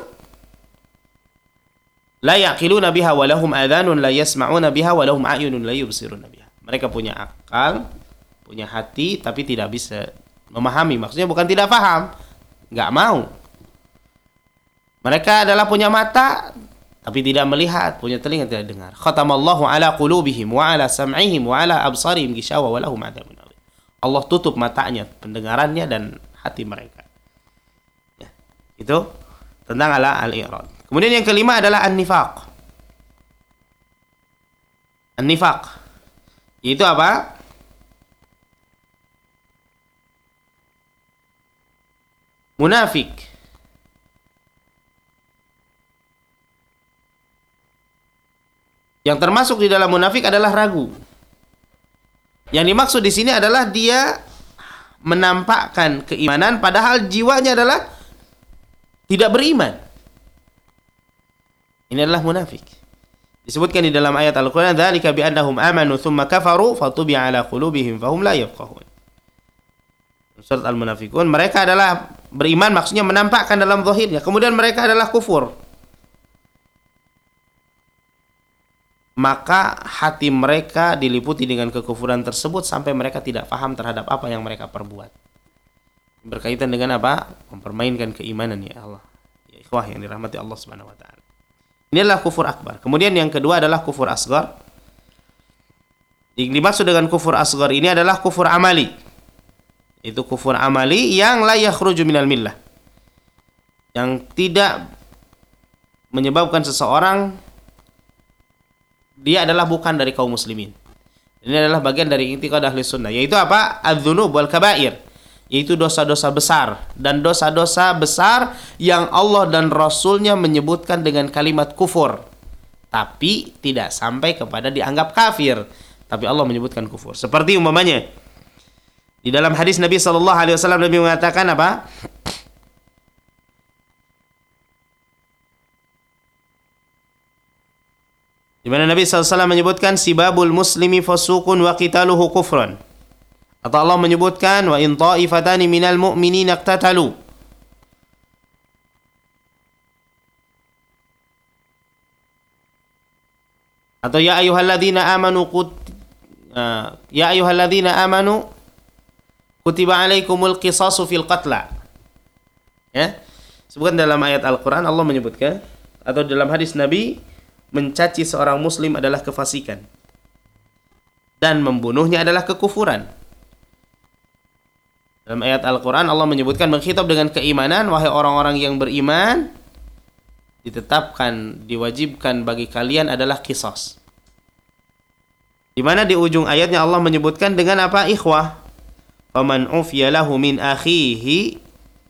la yaqiluna biha wa lahum adhanun la yasma'una biha wa lahum a'yunun la yubsiruna biha. Mereka punya akal, punya hati, tapi tidak bisa memahami. Maksudnya bukan tidak paham, enggak mau. Mereka adalah punya mata tapi tidak melihat, punya telinga tidak dengar. Khatamallahu ala qulubihim wa ala sam'ihim wa ala absarihim gishawa wa lahum adzabun adzim. Allah tutup matanya, pendengarannya dan hati mereka. Ya, itu tentang al-i'rad. Kemudian yang kelima adalah an-nifaq. An-nifaq itu apa? Munafik. Yang termasuk di dalam munafik adalah ragu. Yang dimaksud di sini adalah dia menampakkan keimanan padahal jiwanya adalah tidak beriman. Ini adalah munafik. Disebutkan di dalam ayat Al-Qur'an, "Dzalika bi annahum amanu tsumma kafaru fatubi'a 'ala qulubihim fahum la yafqahun." Surat Al-Munafikun, mereka adalah beriman, maksudnya menampakkan dalam zahirnya, kemudian mereka adalah kufur. Maka hati mereka diliputi dengan kekufuran tersebut sampai mereka tidak paham terhadap apa yang mereka perbuat. Berkaitan dengan apa? Mempermainkan keimanan, ya Allah. Ya ikhwah yang dirahmati Allah Subhanahu wa taala. Ini adalah kufur akbar. Kemudian yang kedua adalah kufur asghar. Yang dimaksud dengan kufur asghar ini adalah kufur amali. Itu kufur amali yang la yakhruju minal millah. Yang tidak menyebabkan seseorang dia adalah bukan dari kaum muslimin. Ini adalah bagian dari i'tiqad ahli sunnah. Yaitu apa? Adz-dzunub wal kaba'ir. Yaitu dosa-dosa besar. Dan dosa-dosa besar yang Allah dan Rasulnya menyebutkan dengan kalimat kufur. Tapi tidak sampai kepada dianggap kafir. Tapi Allah menyebutkan kufur. Seperti umpamanya, di dalam hadis Nabi SAW, Nabi mengatakan apa? Di mana Nabi SAW menyebutkan sibabul muslimi fasuqun wa qitaluhu kufran. Atau Allah menyebutkan wa in ta'ifatani minal mu'minina iqtatalu. Atau ya ayyuhalladzina amanu kutiba alaikumul qisasu fil qatla. Ya. Sebutkan dalam ayat Al-Qur'an Allah menyebutkan, atau dalam hadis Nabi, mencaci seorang muslim adalah kefasikan dan membunuhnya adalah kekufuran. Dalam ayat Al-Quran Allah menyebutkan, mengkhitab dengan keimanan, wahai orang-orang yang beriman, ditetapkan, diwajibkan bagi kalian adalah qisas. Di mana di ujung ayatnya Allah menyebutkan dengan apa? Ikhwah. Faman ufiya lahu min akhihi,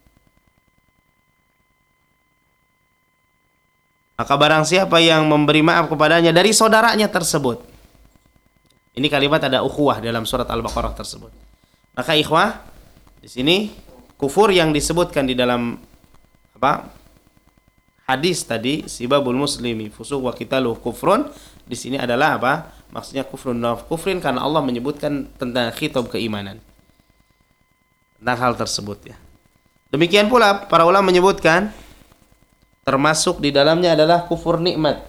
maka barang siapa yang memberi maaf kepadanya dari saudaranya tersebut. Ini kalimat ada ukhuwah dalam surat Al-Baqarah tersebut. Maka ikhwah, di sini kufur yang disebutkan di dalam apa? Hadis tadi, sibabul muslimi fusuq wa qitaluhu kufrun, di sini adalah apa? Maksudnya kufrun wa kufrin, karena Allah menyebutkan tentang khitab keimanan. Tentang hal tersebut, ya. Demikian pula para ulama menyebutkan termasuk di dalamnya adalah kufur nikmat.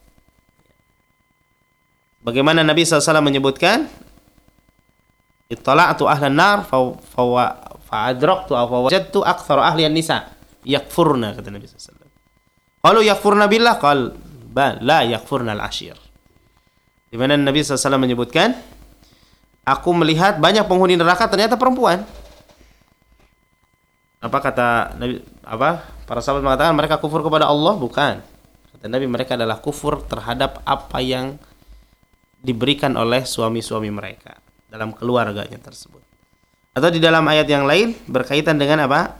Bagaimana Nabi SAW menyebutkan, ittala'tu ahlan nar fa'adraktu aw fawajadtu aktsara ahlian nisa yakfurna, kata Nabi SAW. Qalu yakfurna billah, qal bal la yakfurna al-ashir. Di mana Nabi SAW menyebutkan, aku melihat banyak penghuni neraka ternyata perempuan. Apa kata Nabi? Para sahabat mengatakan mereka kufur kepada Allah? Bukan. Kata Nabi, mereka adalah kufur terhadap apa yang diberikan oleh suami-suami mereka dalam keluarganya tersebut. Atau di dalam ayat yang lain berkaitan dengan apa?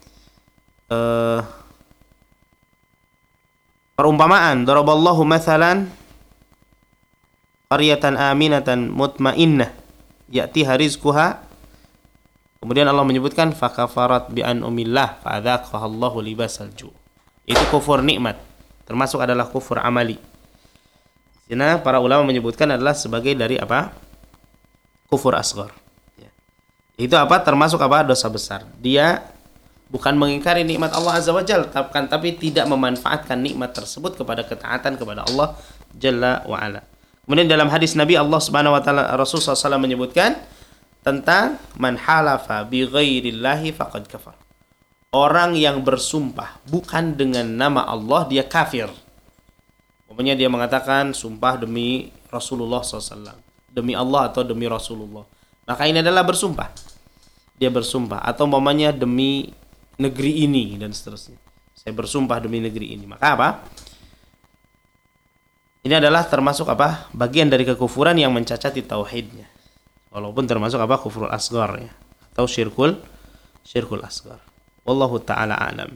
Perumpamaan, daraballahu mathalan qaryatan aminatan mutmainnah ya'tiha rizquha. Kemudian Allah menyebutkan fakafarat bi an'umillah fa'adzaqaha Allahu libasal ju'. Itu kufur nikmat, termasuk adalah kufur amali. Sini para ulama menyebutkan adalah sebagai dari apa? Kufur asghar. Ya. Itu apa? Termasuk apa? Dosa besar. Dia bukan mengingkari nikmat Allah Azza wa Jalla, tapi tidak memanfaatkan nikmat tersebut kepada ketaatan kepada Allah Jalla wa Ala. Kemudian dalam hadis Nabi Allah Subhanahu wa taala Rasul SAW menyebutkan tentang man halafa bi ghairillahi faqad kafar. Orang yang bersumpah bukan dengan nama Allah dia kafir. Umpamanya dia mengatakan sumpah demi Rasulullah SAW, demi Allah atau demi Rasulullah. Maka ini adalah bersumpah. Dia bersumpah atau umpamanya demi negeri ini dan seterusnya. Saya bersumpah demi negeri ini. Maka apa? Ini adalah termasuk apa? Bagian dari kekufuran yang mencacati tauhidnya. Walaupun termasuk apa? Kufrul asghar ya. Atau syirkul asghar. Wallahu taala a'lam.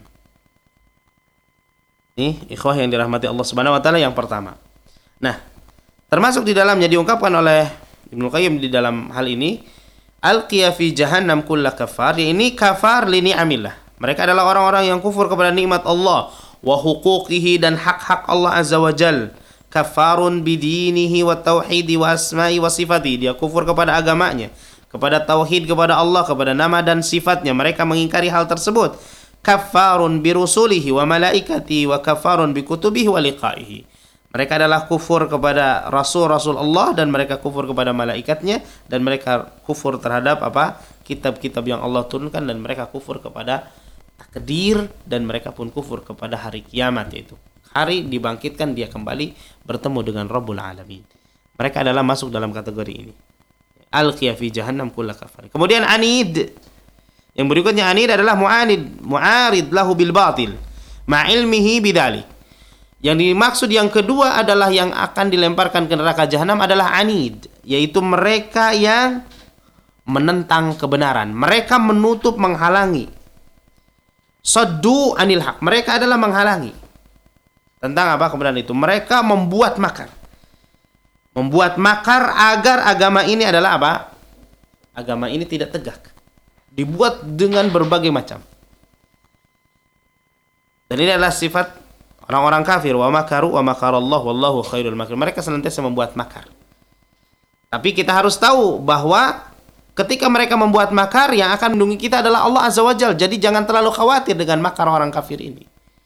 Ini ikhwah yang dirahmati Allah Subhanahu wa taala yang pertama. Nah, termasuk di dalamnya diungkapkan oleh Ibnu Qayyim di dalam hal ini, alqiya fi jahannam kulla kafar. Ini kafar li ni'amillah. Mereka adalah orang-orang yang kufur kepada nikmat Allah wa huquqihi dan hak-hak Allah Azza wa Jalla. Kafarun bidinihi wa tauhidi wa asma'i wa sifati. Dia kufur kepada agamanya, kepada tauhid kepada Allah, kepada nama dan sifatnya. Mereka mengingkari hal tersebut. Kafarun birusulihi wa malaikati wa kafarun bikutubihi wa liqaihi. Mereka adalah kufur kepada rasul-rasul Allah dan mereka kufur kepada malaikatnya dan mereka kufur terhadap apa? Kitab-kitab yang Allah turunkan dan mereka kufur kepada takdir dan mereka pun kufur kepada hari kiamat, yaitu hari dibangkitkan dia kembali bertemu dengan Rabbul Alamin. Mereka adalah masuk dalam kategori ini. Alqiya fi jahannam kulla kafar. Kemudian anid. Yang berikutnya anid adalah mu'arid lahu bil batil ma ilmihi bidzalik. Yang dimaksud yang kedua adalah yang akan dilemparkan ke neraka jahanam adalah anid, yaitu mereka yang menentang kebenaran. Mereka menutup, menghalangi. Saddu anil haq. Mereka adalah menghalangi. Tentang apa kebenaran itu? Mereka membuat makar. Membuat makar agar agama ini adalah apa? Agama ini tidak tegak. Dibuat dengan berbagai macam. Dan ini adalah sifat orang-orang kafir. Wa makaru wa makarallah wallahu khairul makirin. Mereka senantiasa membuat makar. Tapi kita harus tahu bahwa ketika mereka membuat makar, yang akan melindungi kita adalah Allah Azza wa Jalla. Jadi jangan terlalu khawatir dengan makar orang kafir ini.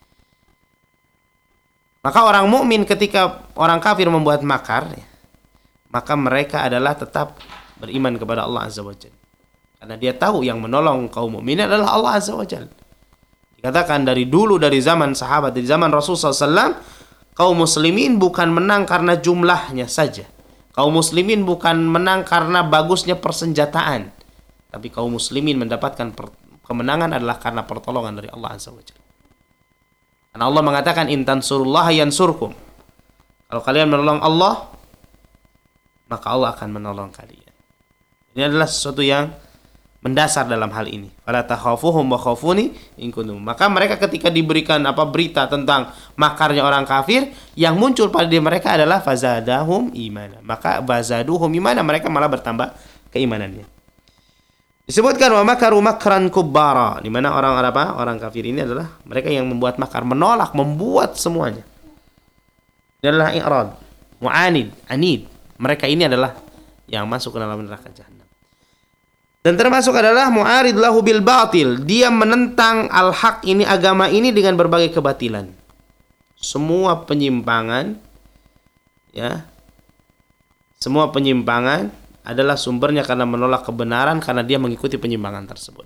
Maka orang mukmin ketika orang kafir membuat makar, maka mereka adalah tetap beriman kepada Allah Azza wa Jalla. Karena dia tahu yang menolong kaum mukminin adalah Allah Azza wa Jalla. Dikatakan dari dulu, dari zaman sahabat, dari zaman Rasulullah SAW, kaum muslimin bukan menang karena jumlahnya saja. Kaum muslimin bukan menang karena bagusnya persenjataan. Tapi kaum muslimin mendapatkan kemenangan adalah karena pertolongan dari Allah Azza wa Jalla. Karena Allah mengatakan intan surullah yansurkum. Kalau kalian menolong Allah, maka Allah akan menolong kalian. Ini adalah sesuatu yang mendasar dalam hal ini. Fala takhafuhum wa khafuni in kuntum. Maka mereka ketika diberikan berita tentang makarnya orang kafir, yang muncul pada diri mereka adalah fazadahum imana. Maka bazaduhum imana, mereka malah bertambah keimanannya. Disebutkan wa makaru makran kubbara, di mana orang kafir ini adalah mereka yang membuat makar, menolak, membuat semuanya. Ini adalah i'rad, mu'anid, anid. Mereka ini adalah yang masuk ke dalam neraka jahanam. Dan termasuk adalah mu'arid lahu bil batil. Dia menentang al-haq ini, agama ini dengan berbagai kebatilan. Semua penyimpangan, ya, semua penyimpangan adalah sumbernya karena menolak kebenaran, karena dia mengikuti penyimpangan tersebut.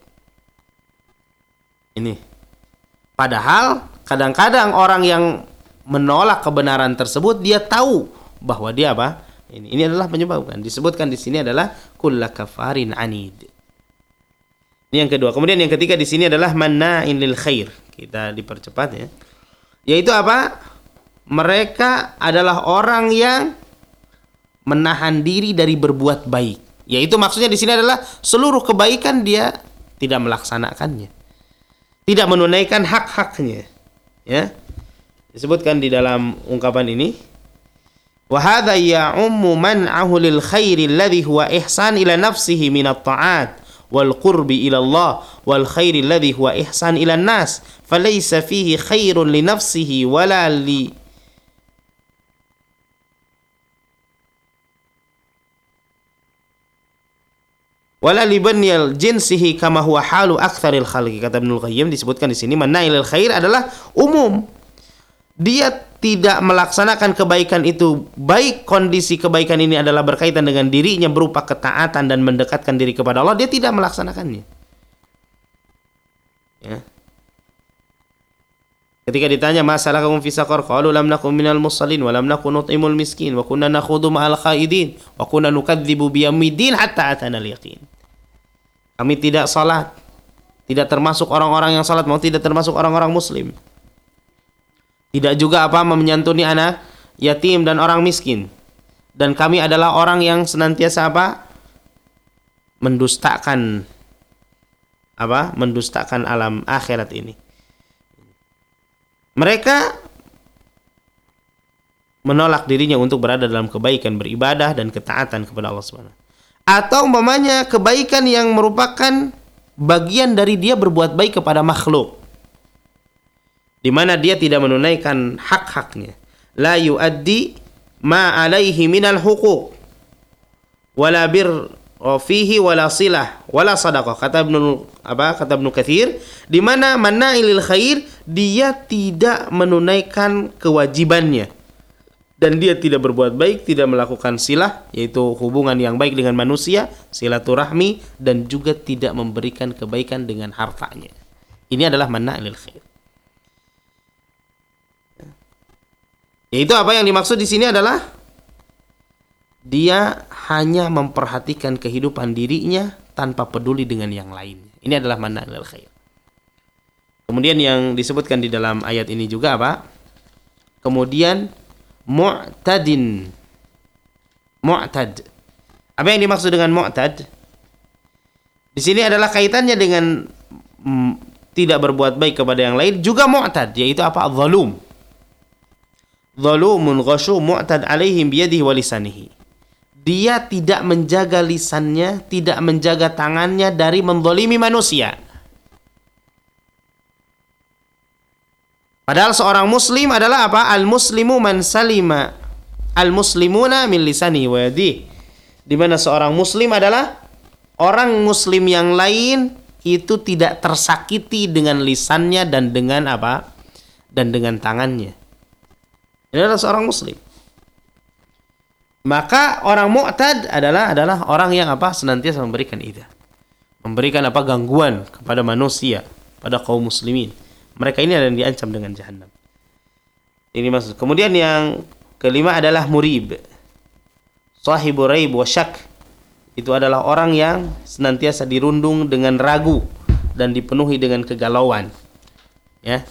Ini. Padahal kadang-kadang orang yang menolak kebenaran tersebut dia tahu bahwa dia apa? Ini adalah penyebabkan. Disebutkan di sini adalah kulla kafarin anid. Ini yang kedua. Kemudian yang ketiga di sini adalah manna'in lil khair. Kita dipercepat ya. Yaitu apa? Mereka adalah orang yang menahan diri dari berbuat baik. Yaitu maksudnya di sini adalah seluruh kebaikan dia tidak melaksanakannya. Tidak menunaikan hak-haknya. Ya. Disebutkan di dalam ungkapan ini, wa hadza ya'ummu man'ahu lil khairi alladhi huwa ihsan ila nafsihi min at-ta'at wal qurbi ila Allah wal khairi alladhi huwa ihsan ila an-nas falaysa fihi khairun li nafsihi wala li banyal jinsihi kama huwa halu aktsaril khalqi. Kata Ibnu Qayyim, disebutkan di sini manailil khair adalah umum. Dia tidak melaksanakan kebaikan itu, baik kondisi kebaikan ini adalah berkaitan dengan dirinya berupa ketaatan dan mendekatkan diri kepada Allah, dia tidak melaksanakannya. Ya. Ketika ditanya masalah kaum fi saqar, qalu lam nakum minal musallin wa lam nakun nut'imul miskin wa kunna nakhudhu ma'al khaidin wa kunna nukadzibu biyaumiddin hatta atana al-yaqin. Kami tidak salat, tidak termasuk orang-orang yang salat, mau tidak termasuk orang-orang muslim. Tidak juga menyantuni anak yatim dan orang miskin. Dan kami adalah orang yang senantiasa mendustakan alam akhirat ini. Mereka menolak dirinya untuk berada dalam kebaikan, beribadah dan ketaatan kepada Allah Subhanahu. Atau umpamanya kebaikan yang merupakan bagian dari dia berbuat baik kepada makhluk, di mana dia tidak menunaikan hak-haknya. La yuaddi ma alaihi minal huquq wala bir fihi wala silah wala sadaqah. Kata Ibnu Katsir, di mana manailil khair, dia tidak menunaikan kewajibannya dan dia tidak berbuat baik, tidak melakukan silah, yaitu hubungan yang baik dengan manusia, silaturahmi, dan juga tidak memberikan kebaikan dengan hartanya. Ini adalah manailil khair. Yaitu apa yang dimaksud di sini adalah dia hanya memperhatikan kehidupan dirinya tanpa peduli dengan yang lain. Ini adalah manailil khair. Kemudian yang disebutkan di dalam ayat ini juga kemudian mu'tad. Apa yang dimaksud dengan mu'tad? Di sini adalah kaitannya dengan tidak berbuat baik kepada yang lain, juga mu'tad, yaitu zalum. Zalumun ghasyu mu'tad alaihim biyadihi wa lisanihi. Dia tidak menjaga lisannya, tidak menjaga tangannya dari menzalimi manusia. Padahal seorang muslim adalah al-muslimu man salima al-muslimuna min lisanihi wa yadihi. Di mana seorang muslim adalah orang muslim yang lain itu tidak tersakiti dengan lisannya dan dengan dan dengan tangannya. Ini adalah seorang muslim. Maka orang mu'tad adalah orang yang senantiasa memberikan idzah, memberikan gangguan kepada manusia, pada kaum muslimin. Mereka ini adalah yang diancam dengan jahannam. Ini maksud. Kemudian yang kelima adalah murib. Sahibu raib wa syak. Itu adalah orang yang senantiasa dirundung dengan ragu dan dipenuhi dengan kegalauan. Ya.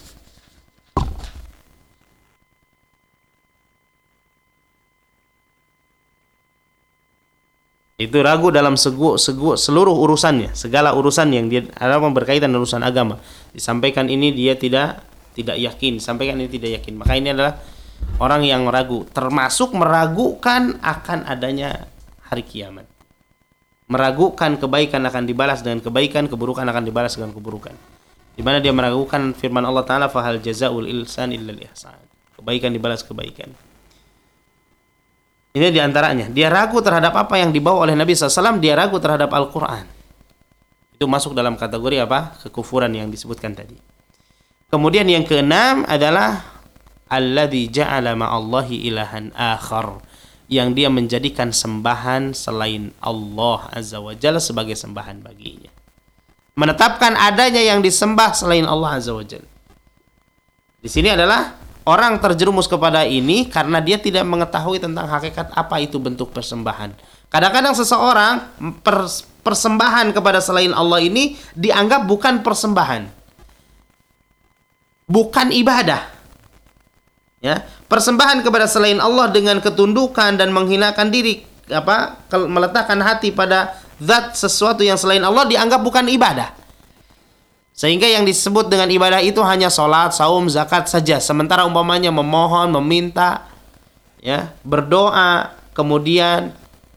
Itu ragu dalam seluruh urusannya, segala urusan yang dia ada berkaitan dengan urusan agama. Disampaikan ini dia tidak yakin, disampaikan ini tidak yakin. Maka ini adalah orang yang ragu, termasuk meragukan akan adanya hari kiamat. Meragukan kebaikan akan dibalas dengan kebaikan, keburukan akan dibalas dengan keburukan. Di mana dia meragukan firman Allah Ta'ala, fahal jazaul ihsan illal ihsan. Kebaikan dibalas kebaikan. Ini diantaranya. Dia ragu terhadap apa yang dibawa oleh Nabi SAW. Dia ragu terhadap Al-Quran. Itu masuk dalam kategori kekufuran yang disebutkan tadi. Kemudian yang keenam adalah alladzi ja'ala ma'allahi ilahan akhar, yang dia menjadikan sembahan selain Allah Azza wa Jalla sebagai sembahan baginya. Menetapkan adanya yang disembah selain Allah Azza wa Jalla. Di sini adalah orang terjerumus kepada ini karena dia tidak mengetahui tentang hakikat apa itu bentuk persembahan. Kadang-kadang seseorang persembahan kepada selain Allah ini dianggap bukan persembahan, bukan ibadah. Ya, persembahan kepada selain Allah dengan ketundukan dan menghinakan diri meletakkan hati pada zat sesuatu yang selain Allah dianggap bukan ibadah. Sehingga yang disebut dengan ibadah itu hanya sholat, saum, zakat saja. Sementara umpamanya memohon, meminta, ya, berdoa, kemudian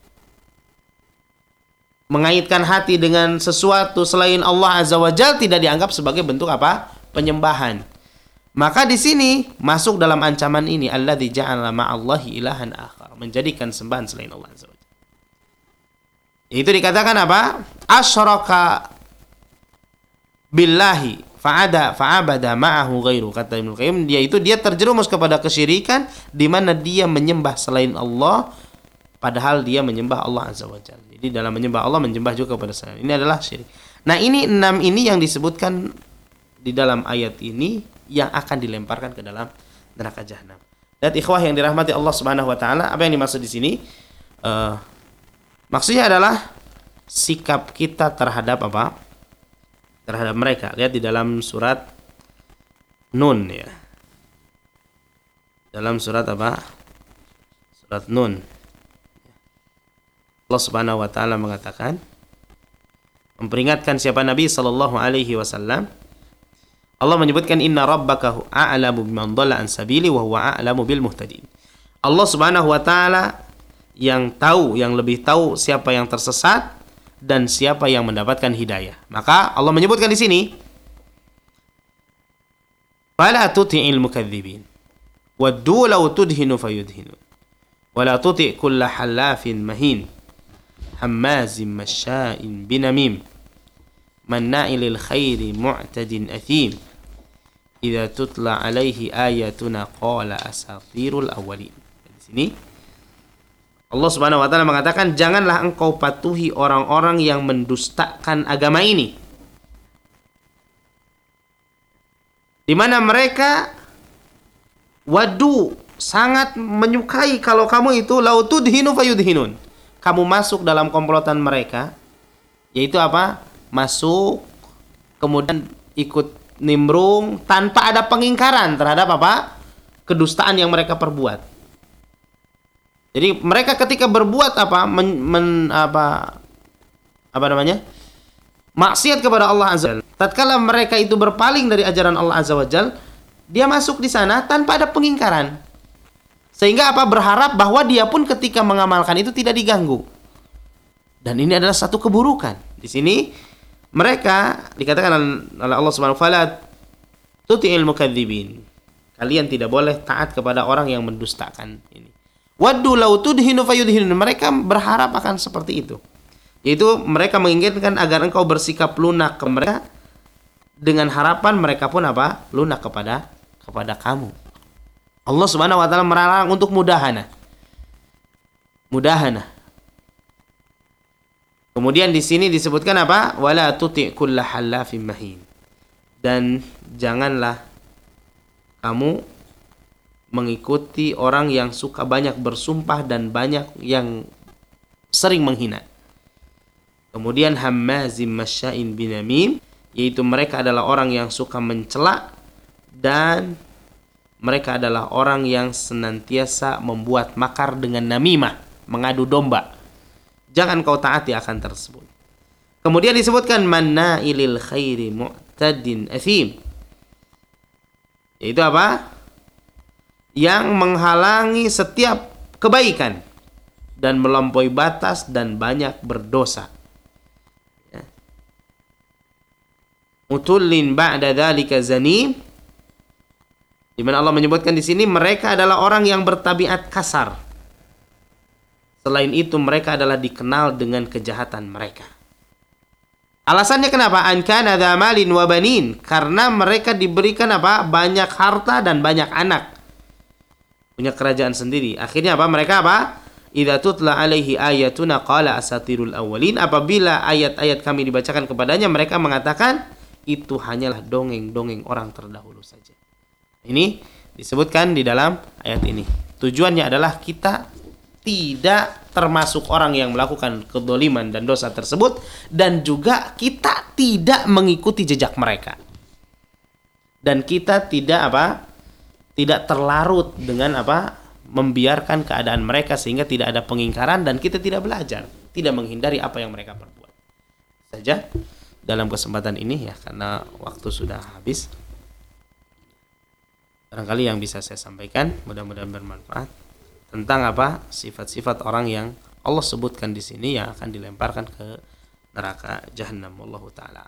mengaitkan hati dengan sesuatu selain Allah Azza wa Jalla tidak dianggap sebagai bentuk apa? Penyembahan. Maka di sini masuk dalam ancaman ini, alladzi ja'ala ma'allahi ilahan akhar, menjadikan sembahan selain Allah Azza wa Jalla. Itu dikatakan apa? Asyraka billahi fa'abada ma'ahu ghairu, kata Ibnu Qayyim, dia terjerumus kepada kesyirikan di mana dia menyembah selain Allah padahal dia menyembah Allah Azza wa Jalla. Jadi dalam menyembah Allah menyembah juga kepada selain. Ini adalah syirik. Nah, ini 6 ini yang disebutkan di dalam ayat ini yang akan dilemparkan ke dalam neraka jahanam. Dan ikhwah yang dirahmati Allah Subhanahu wa taala, apa yang dimaksud di sini? Maksudnya adalah sikap kita terhadap apa? Terhadap mereka. Lihat di dalam surat Nun, ya. Dalam surat apa? Surat Nun. Allah Subhanahu wa taala mengatakan, memperingatkan siapa Nabi sallallahu alaihi wasallam. Allah menyebutkan inna rabbaka a'lamu biman dhalla an sabili wa huwa a'lamu bil muhtadin. Allah Subhanahu wa taala yang tahu, yang lebih tahu siapa yang tersesat dan siapa yang mendapatkan hidayah. Maka Allah menyebutkan di sini, fala tuti'il mukadzibin waddu law tudhinu fayudhinu wa la tuti' kulla halafin mahin hammazim masya'in binamim manna'ilil khairi mu'tadin athim idza tutla alaihi ayatuna qala asatirul awwalin. Di sini Allah Subhanahu wa taala mengatakan, janganlah engkau patuhi orang-orang yang mendustakan agama ini, di mana mereka wadu sangat menyukai kalau kamu itu lautudhinu fayudhinun, kamu masuk dalam komplotan mereka, yaitu apa? Masuk kemudian ikut nimbrung tanpa ada pengingkaran terhadap apa? Kedustaan yang mereka perbuat. Jadi mereka ketika berbuat apa? Maksiat kepada Allah Azza wa Jalla. Tatkala mereka itu berpaling dari ajaran Allah Azza wa Jalla, dia masuk di sana tanpa ada pengingkaran. Sehingga apa? Berharap bahwa dia pun ketika mengamalkan itu tidak diganggu. Dan ini adalah satu keburukan. Di sini mereka dikatakan oleh Allah Subhanahu wa taala, tuti'il mukadzibin. Kalian tidak boleh taat kepada orang yang mendustakan ini. Waddu law tudhinu fayudhinun. Mereka berharap akan seperti itu. Yaitu mereka menginginkan agar engkau bersikap lunak ke mereka dengan harapan mereka pun apa? Lunak kepada kamu. Allah Subhanahu wa taala melarang untuk mudahana. Kemudian di sini disebutkan apa? Wala tuti' kulla halafin mahin. Dan janganlah kamu mengikuti orang yang suka banyak bersumpah dan banyak yang sering menghina. Kemudian hammazim masya'in binamim, yaitu mereka adalah orang yang suka mencela dan mereka adalah orang yang senantiasa membuat makar dengan namimah, mengadu domba. Jangan kau taati akan tersebut. Kemudian disebutkan manna'ilil khairi mu'tadin athim. Yaitu apa? Yang menghalangi setiap kebaikan dan melampaui batas dan banyak berdosa. Ya. Mutullin ba'da dzalika zanim. Di mana Allah menyebutkan di sini mereka adalah orang yang bertabiat kasar. Selain itu mereka adalah dikenal dengan kejahatan mereka. Alasannya kenapa? An kana dza malin wa banin, karena mereka diberikan apa? Banyak harta dan banyak anak. Punya kerajaan sendiri. Akhirnya apa? Mereka apa? Idza tutla alaihi ayatuna qala asatirul awwalin. Apabila ayat-ayat kami dibacakan kepadanya, mereka mengatakan itu hanyalah dongeng-dongeng orang terdahulu saja. Ini disebutkan di dalam ayat ini. Tujuannya adalah kita tidak termasuk orang yang melakukan kedzaliman dan dosa tersebut, dan juga kita tidak mengikuti jejak mereka. Dan kita tidak terlarut dengan membiarkan keadaan mereka sehingga tidak ada pengingkaran dan kita tidak belajar, tidak menghindari apa yang mereka perbuat. Saja dalam kesempatan ini ya, karena waktu sudah habis. Barangkali yang bisa saya sampaikan mudah-mudahan bermanfaat tentang apa sifat-sifat orang yang Allah sebutkan di sini yang akan dilemparkan ke neraka jahanam. Wallahu taala.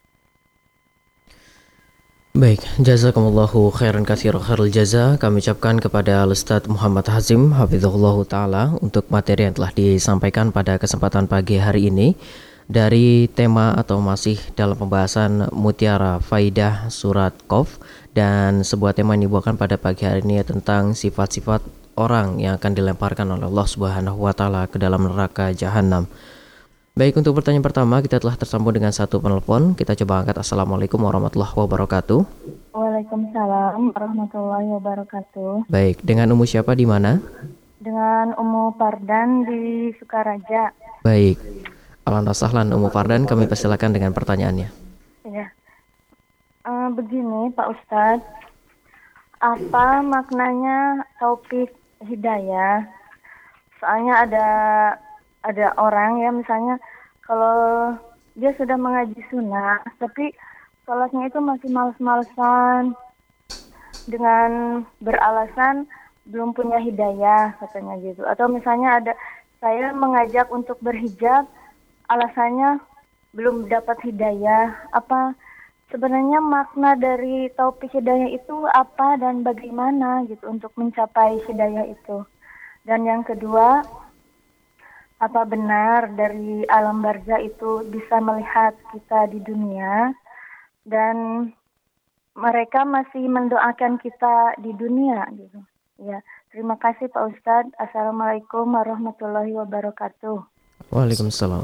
Baik, jazakumullahu khairan katsira khairul jaza. Kami ucapkan kepada Ustaz Muhammad Hazim hafizahullahu taala untuk materi yang telah disampaikan pada kesempatan pagi hari ini dari tema atau masih dalam pembahasan Mutiara Faidah Surat Qaf, dan sebuah tema yang dibawakan pada pagi hari ini tentang sifat-sifat orang yang akan dilemparkan oleh Allah Subhanahu wa taala ke dalam neraka jahanam. Baik, untuk pertanyaan pertama kita telah tersambung dengan satu penelpon. Kita coba angkat. Assalamualaikum warahmatullahi wabarakatuh. Waalaikumsalam warahmatullahi wabarakatuh. Baik, dengan Umu siapa di mana? Dengan Umu Pardan di Sukaraja. Baik. Ahlan wa sahlan Umu Pardan, kami persilakan dengan pertanyaannya. Ya. Begini Pak Ustadz, apa maknanya taufik hidayah? Soalnya ada orang ya, misalnya kalau dia sudah mengaji sunnah tapi sholatnya itu masih males-malesan dengan beralasan belum punya hidayah katanya gitu. Atau misalnya ada saya mengajak untuk berhijab, alasannya belum dapat hidayah. Apa sebenarnya makna dari taufik hidayah itu apa dan bagaimana gitu untuk mencapai hidayah itu? Dan yang kedua, apa benar dari alam barzah itu bisa melihat kita di dunia dan mereka masih mendoakan kita di dunia gitu. Ya, terima kasih Pak Ustadz. Assalamualaikum warahmatullahi wabarakatuh. Waalaikumsalam.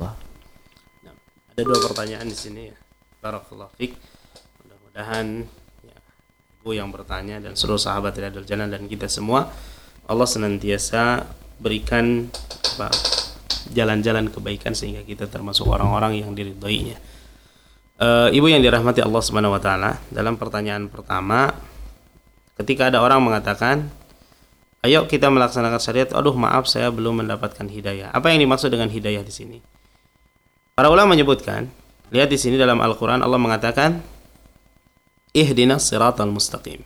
Ada dua pertanyaan di sini ya. Barakallahu fiik. Mudah-mudahan ya, Ibu yang bertanya dan seluruh sahabat Riyadhul Jannah dan kita semua, Allah senantiasa berikan jalan-jalan kebaikan sehingga kita termasuk orang-orang yang diridhoinya. Ibu yang dirahmati Allah Subhanahu wa taala, dalam pertanyaan pertama ketika ada orang mengatakan, "Ayo kita melaksanakan syariat." Aduh, maaf saya belum mendapatkan hidayah. Apa yang dimaksud dengan hidayah di sini? Para ulama menyebutkan, lihat di sini dalam Al-Qur'an Allah mengatakan, "Ihdinas siratal mustaqim."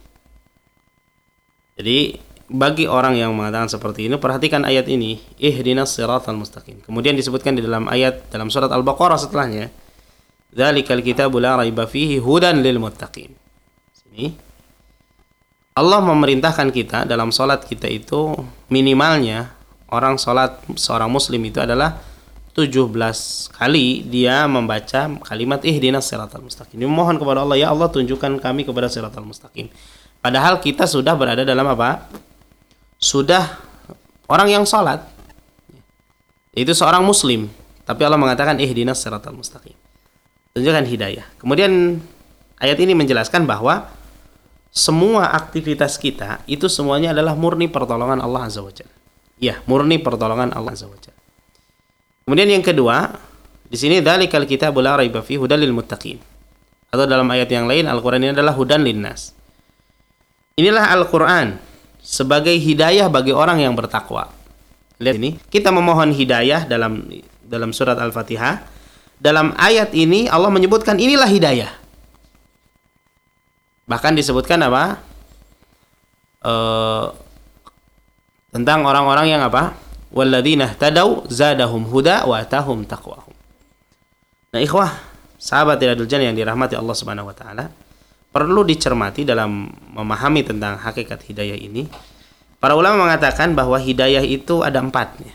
Jadi bagi orang yang mengatakan seperti ini, perhatikan ayat ini, ihdinas siratal mustaqim. Kemudian disebutkan di dalam ayat dalam surat Al-Baqarah setelahnya, dzalikal kitabu la raiba fihi hudan lil muttaqin. Sini Allah memerintahkan kita dalam salat kita itu minimalnya orang salat seorang muslim itu adalah 17 kali dia membaca kalimat ihdinas siratal mustaqim. Dia memohon kepada Allah, ya Allah tunjukkan kami kepada siratal mustaqim. Padahal kita sudah berada dalam apa? Sudah orang yang sholat, itu seorang muslim, tapi Allah mengatakan ihdinas siratal mustaqim, tunjukkan hidayah. Kemudian ayat ini menjelaskan bahwa semua aktivitas kita itu semuanya adalah murni pertolongan Allah Azza wa Jalla. Ya, murni pertolongan Allah Azza wa Jalla. Kemudian yang kedua, di sini dzalikal kitabu la raiba fihi hudal lil muttaqin. Atau dalam ayat yang lain Al-Qur'an ini adalah hudan linnas. Inilah Al-Qur'an sebagai hidayah bagi orang yang bertakwa. Lihat ini, kita memohon hidayah dalam surat Al-Fatihah. Dalam ayat ini Allah menyebutkan inilah hidayah. Bahkan disebutkan apa? Tentang orang-orang yang apa? Walladzina ihtadaw zadahum huda wa atahum taqwahum. Nah, ikhwah, sahabat Riyadhul Jannah yang dirahmati Allah Subhanahu wa taala, perlu dicermati dalam memahami tentang hakikat hidayah ini. Para ulama mengatakan bahwa hidayah itu ada 4 ya.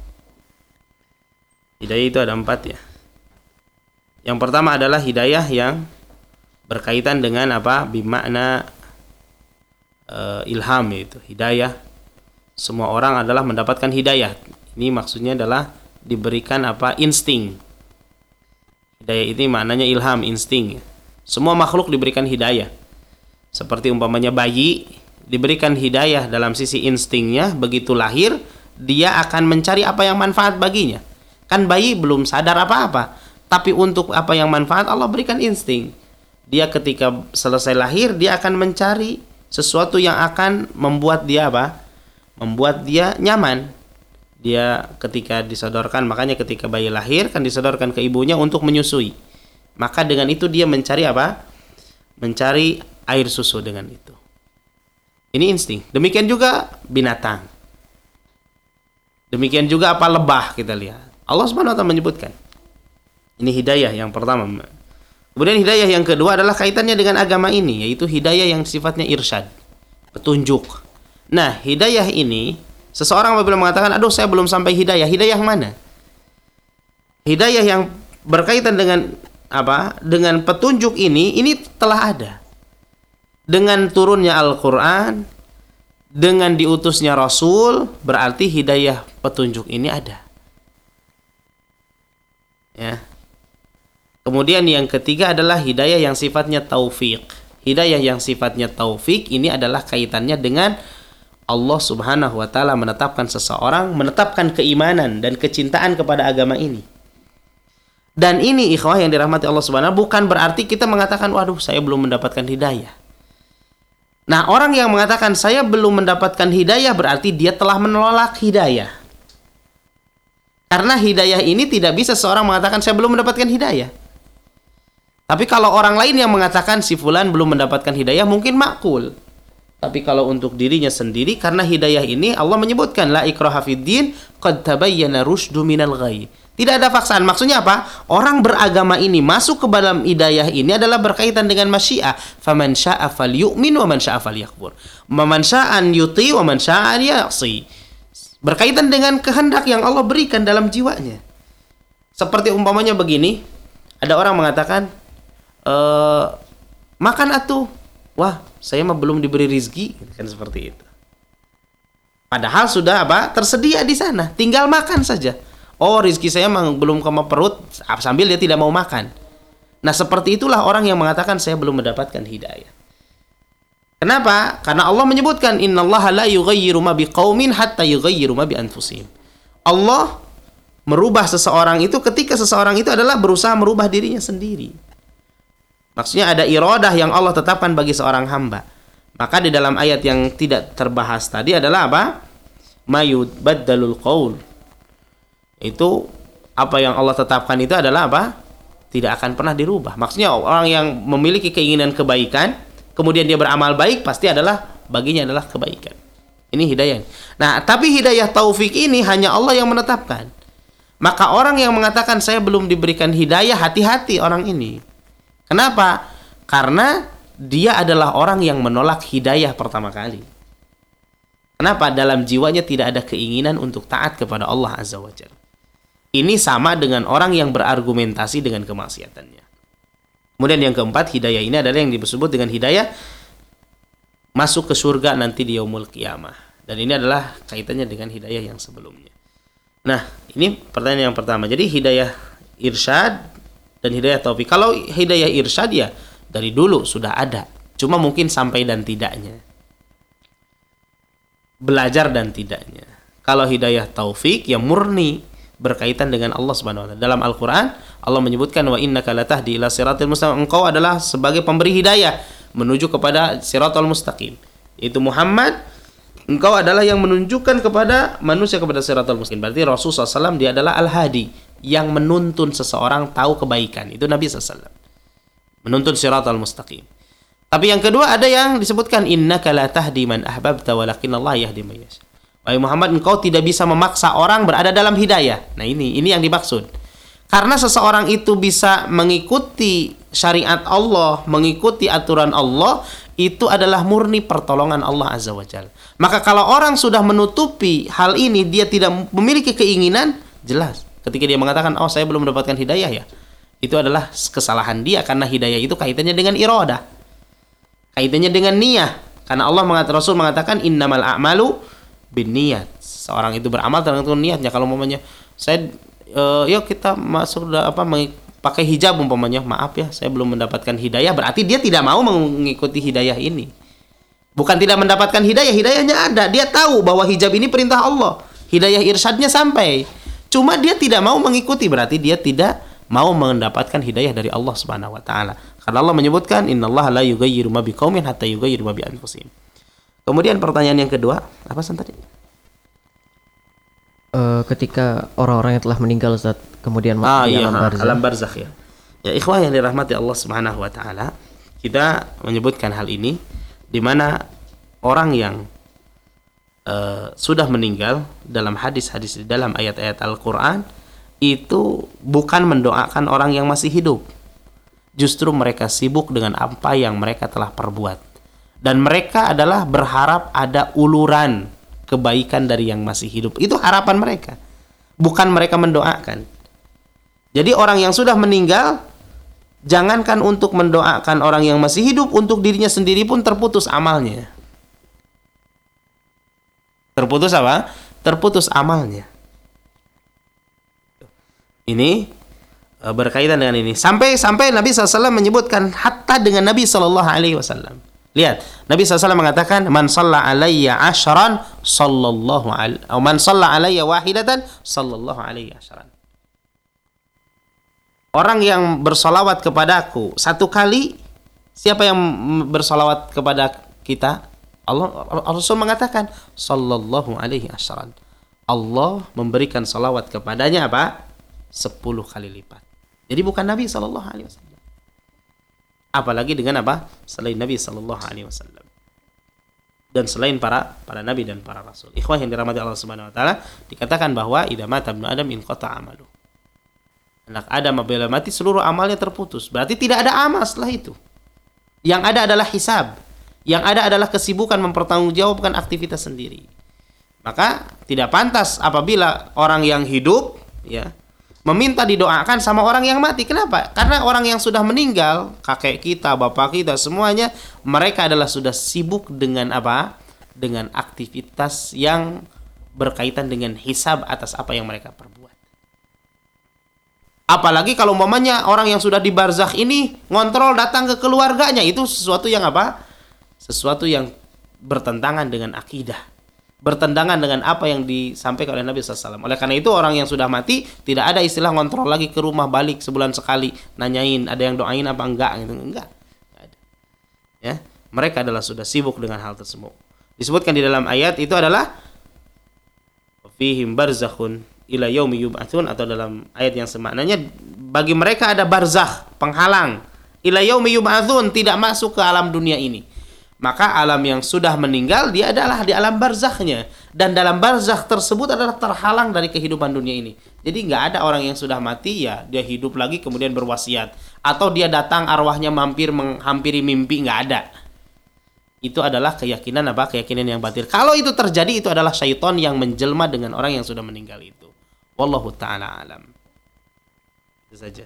Hidayah itu ada 4 ya. Yang pertama adalah hidayah yang berkaitan dengan apa? Bimakna ilham, yaitu hidayah. Semua orang adalah mendapatkan hidayah. Ini maksudnya adalah diberikan apa? Insting. Hidayah ini maknanya ilham, insting ya. Semua makhluk diberikan hidayah. Seperti umpamanya bayi diberikan hidayah dalam sisi instingnya, begitu lahir dia akan mencari apa yang manfaat baginya. Kan bayi belum sadar apa-apa, tapi untuk apa yang manfaat Allah berikan insting. Dia ketika selesai lahir dia akan mencari sesuatu yang akan membuat dia apa? membuat dia nyaman. Dia ketika disodorkan, makanya ketika bayi lahir kan disodorkan ke ibunya untuk menyusui. Maka dengan itu dia mencari apa? Mencari air susu dengan itu. Ini insting. Demikian juga binatang. Demikian juga apa lebah kita lihat. Allah Subhanahu wa taala menyebutkan. Ini hidayah yang pertama. Kemudian hidayah yang kedua adalah kaitannya dengan agama ini, yaitu hidayah yang sifatnya irsyad, petunjuk. Nah, hidayah ini seseorang apabila mengatakan, "Aduh, saya belum sampai hidayah." Hidayah yang mana? Hidayah yang berkaitan dengan apa? Dengan petunjuk ini telah ada. Dengan turunnya Al-Qur'an, dengan diutusnya Rasul, berarti hidayah petunjuk ini ada. Ya. Kemudian yang ketiga adalah hidayah yang sifatnya taufik. Hidayah yang sifatnya taufik ini adalah kaitannya dengan Allah Subhanahu wa taala menetapkan seseorang, menetapkan keimanan dan kecintaan kepada agama ini. Dan ini ikhwah yang dirahmati Allah Subhanahu, bukan berarti kita mengatakan, "Waduh, saya belum mendapatkan hidayah." Nah, orang yang mengatakan saya belum mendapatkan hidayah berarti dia telah menolak hidayah. Karena hidayah ini tidak bisa seorang mengatakan saya belum mendapatkan hidayah. Tapi kalau orang lain yang mengatakan si fulan belum mendapatkan hidayah mungkin makul. Tapi kalau untuk dirinya sendiri, karena hidayah ini Allah menyebutkan la ikraha fiddin qad tabayyana rusydu minal ghayy. Tidak ada paksaan. Maksudnya apa? Orang beragama ini masuk ke dalam hidayah ini adalah berkaitan dengan masyiah. Faman syaa'a falyu'min wa man syaa'a falyakfur. Man syaa'a yuti wa man syaa'a ya'si. Berkaitan dengan kehendak yang Allah berikan dalam jiwanya. Seperti umpamanya begini, ada orang mengatakan, makan atuh. Wah, saya mah belum diberi rizki, kan seperti itu. Padahal sudah apa? Tersedia di sana, tinggal makan saja. Oh, rizki saya memang belum ke perut, sambil dia tidak mau makan. Nah, seperti itulah orang yang mengatakan saya belum mendapatkan hidayah. Kenapa? Karena Allah menyebutkan innallaha la yughayyiru ma biqaumin hatta yughayyiru ma bi anfusihim. Allah merubah seseorang itu ketika seseorang itu adalah berusaha merubah dirinya sendiri. Maksudnya ada iradah yang Allah tetapkan bagi seorang hamba. Maka di dalam ayat yang tidak terbahas tadi adalah apa? Mayud baddalul qaul. Itu apa yang Allah tetapkan itu adalah apa? Tidak akan pernah dirubah. Maksudnya orang yang memiliki keinginan kebaikan, kemudian dia beramal baik, pasti adalah baginya adalah kebaikan. Ini hidayah. Nah, tapi hidayah taufik ini hanya Allah yang menetapkan. Maka orang yang mengatakan saya belum diberikan hidayah, hati-hati orang ini. Kenapa? Karena dia adalah orang yang menolak hidayah pertama kali. Kenapa? Dalam jiwanya tidak ada keinginan untuk taat kepada Allah Azza wa Jalla. Ini sama dengan orang yang berargumentasi dengan kemaksiatannya. Kemudian yang keempat, hidayah ini adalah yang disebut dengan hidayah masuk ke surga nanti di yaumul qiyamah. Dan ini adalah kaitannya dengan hidayah yang sebelumnya. Nah, ini pertanyaan yang pertama. Jadi hidayah irsyad dan hidayah taufik. Kalau hidayah irsyad ya dari dulu sudah ada. Cuma mungkin sampai dan tidaknya. Belajar dan tidaknya. Kalau hidayah taufik ya murni berkaitan dengan Allah Subhanahu wa taala. Dalam Al-Qur'an Allah menyebutkan wa innaka latahdi ila siratal mustaqim. Engkau adalah sebagai pemberi hidayah menuju kepada siratal mustaqim. Itu Muhammad, engkau adalah yang menunjukkan kepada manusia kepada siratal mustaqim. Berarti Rasulullah SAW dia adalah al-hadi, yang menuntun seseorang tahu kebaikan. Itu Nabi SAW. Menuntun siratal mustaqim. Tapi yang kedua ada yang disebutkan innaka la tahdi man ahbabta walakinallahu yahdi man yasha. Wahai Muhammad, engkau tidak bisa memaksa orang berada dalam hidayah. Nah, ini yang dimaksud. Karena seseorang itu bisa mengikuti syariat Allah, mengikuti aturan Allah, itu adalah murni pertolongan Allah Azza wa Jalla. Maka kalau orang sudah menutupi hal ini, dia tidak memiliki keinginan, jelas. Ketika dia mengatakan, oh saya belum mendapatkan hidayah ya, itu adalah kesalahan dia. Karena hidayah itu kaitannya dengan iradah, kaitannya dengan niat. Karena Allah Rasul mengatakan innamal a'malu binniyat. Seorang itu beramal tergantung niatnya. Kalau umpamanya saya yuk kita masuk pakai hijab umpamanya, maaf ya saya belum mendapatkan hidayah, berarti dia tidak mau mengikuti hidayah ini. Bukan tidak mendapatkan hidayah, hidayahnya ada. Dia tahu bahwa hijab ini perintah Allah, hidayah irsyadnya sampai. Cuma dia tidak mau mengikuti, berarti dia tidak mau mendapatkan hidayah dari Allah Subhanahu wa taala. Karena Allah menyebutkan innallaha la yughayyiru ma biqaumin hatta yughayyiru ma bi anfusihim. Kemudian pertanyaan yang kedua, apa tadi? Ketika orang-orang yang telah meninggal Ustaz kemudian masuk di alam barzakh. Alam barzakh ya. Ya ikhwah yang dirahmati Allah Subhanahu wa taala, kita menyebutkan hal ini di mana orang yang sudah meninggal dalam hadis-hadis di dalam ayat-ayat Al-Qur'an itu bukan mendoakan orang yang masih hidup. Justru mereka sibuk dengan apa yang mereka telah perbuat. Dan mereka adalah berharap ada uluran kebaikan dari yang masih hidup. Itu harapan mereka. Bukan mereka mendoakan. Jadi orang yang sudah meninggal, jangankan untuk mendoakan orang yang masih hidup, untuk dirinya sendiri pun terputus amalnya. Terputus apa? Terputus amalnya. Ini berkaitan dengan ini. Sampai Nabi SAW menyebutkan hatta dengan Nabi SAW. Lihat, Nabi SAW mengatakan, man shalla alayya ashran sallallahu alaihi, atau man shalla alayya wahidatan sallallahu alaihi ashran. Orang yang bersolawat kepadaku satu kali, siapa yang bersolawat kepada kita? Allah, Rasul mengatakan sallallahu alaihi ashran. Allah memberikan salawat kepadanya apa? 10 kali lipat. Jadi bukan Nabi SAW. Apalagi dengan apa? Selain Nabi SAW. Dan selain para nabi dan para rasul. Ikhwah yang dirahmati Allah Subhanahu wa taala, dikatakan bahwa idza mata ibnu Adam inqata amalu. Anak Adam apabila mati seluruh amalnya terputus. Berarti tidak ada amal setelah itu. Yang ada adalah hisab. Yang ada adalah kesibukan mempertanggungjawabkan aktivitas sendiri. Maka tidak pantas apabila orang yang hidup ya meminta didoakan sama orang yang mati. Kenapa? Karena orang yang sudah meninggal, kakek kita, bapak kita, semuanya, mereka adalah sudah sibuk dengan apa? Dengan aktivitas yang berkaitan dengan hisab atas apa yang mereka perbuat. Apalagi kalau umpamanya orang yang sudah di barzakh ini ngontrol datang ke keluarganya, itu sesuatu yang apa? Sesuatu yang bertentangan dengan akidah, bertentangan dengan apa yang disampaikan oleh Nabi SAW. Oleh karena itu orang yang sudah mati tidak ada istilah ngontrol lagi ke rumah balik sebulan sekali nanyain ada yang doain apa enggak gitu. Enggak ada. Ya, mereka adalah sudah sibuk dengan hal tersebut. Disebutkan di dalam ayat itu adalah fihim barzakhun ila yaumi yub'atsun, atau dalam ayat yang semaknanya bagi mereka ada barzakh, penghalang, ila yaumi yub'atsun, tidak masuk ke alam dunia ini. Maka alam yang sudah meninggal dia adalah di alam barzakhnya, dan dalam barzakh tersebut adalah terhalang dari kehidupan dunia ini. Jadi nggak ada orang yang sudah mati ya dia hidup lagi kemudian berwasiat, atau dia datang arwahnya menghampiri mimpi, nggak ada. Itu adalah keyakinan apa? Keyakinan yang batil. Kalau itu terjadi, itu adalah syaitan yang menjelma dengan orang yang sudah meninggal itu. Wallahu ta'ala alam. Itu saja.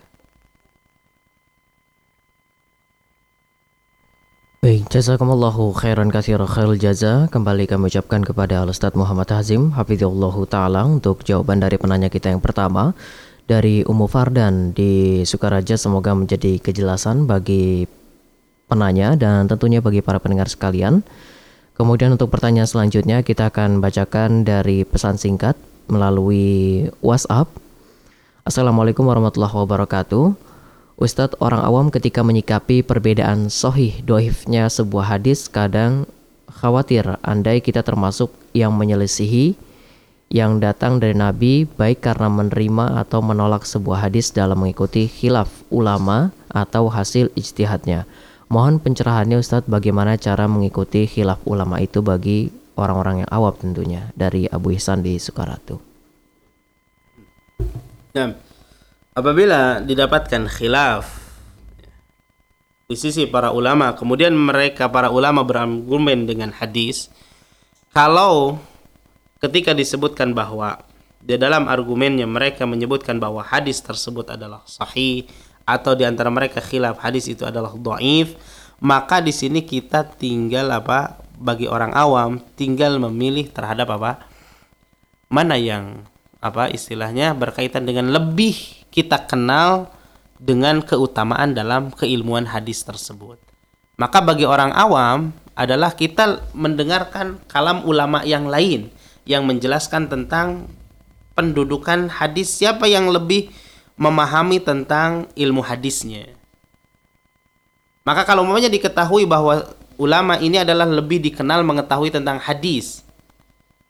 Baik, jazakumullahu khairan katsiran khairul jaza. Kembali kami ucapkan kepada Al-Ustaz Muhammad Hazim hafizahullahu taala untuk jawaban dari penanya kita yang pertama dari Ummu Fardan di Sukaraja. Semoga menjadi kejelasan bagi penanya dan tentunya bagi para pendengar sekalian. Kemudian untuk pertanyaan selanjutnya kita akan bacakan dari pesan singkat melalui WhatsApp. Assalamualaikum warahmatullahi wabarakatuh. Ustadz, orang awam ketika menyikapi perbedaan sahih dhaifnya sebuah hadis kadang khawatir andai kita termasuk yang menyelisihi yang datang dari Nabi, baik karena menerima atau menolak sebuah hadis dalam mengikuti khilaf ulama atau hasil ijtihadnya. Mohon pencerahannya Ustadz, bagaimana cara mengikuti khilaf ulama itu bagi orang-orang yang awam tentunya. Dari Abu Ihsan di Sukaratu. Nah, apabila didapatkan khilaf di sisi para ulama, kemudian mereka para ulama berargumen dengan hadis, kalau ketika disebutkan bahwa di dalam argumennya mereka menyebutkan bahwa hadis tersebut adalah sahih, atau di antara mereka khilaf hadis itu adalah dhaif, maka di sini kita tinggal apa? Bagi orang awam tinggal memilih terhadap apa? Mana yang apa istilahnya berkaitan dengan lebih kita kenal dengan keutamaan dalam keilmuan hadis tersebut. Maka bagi orang awam adalah kita mendengarkan kalam ulama yang lain yang menjelaskan tentang pendudukan hadis, siapa yang lebih memahami tentang ilmu hadisnya. Maka kalau umpamanya diketahui bahwa ulama ini adalah lebih dikenal mengetahui tentang hadis,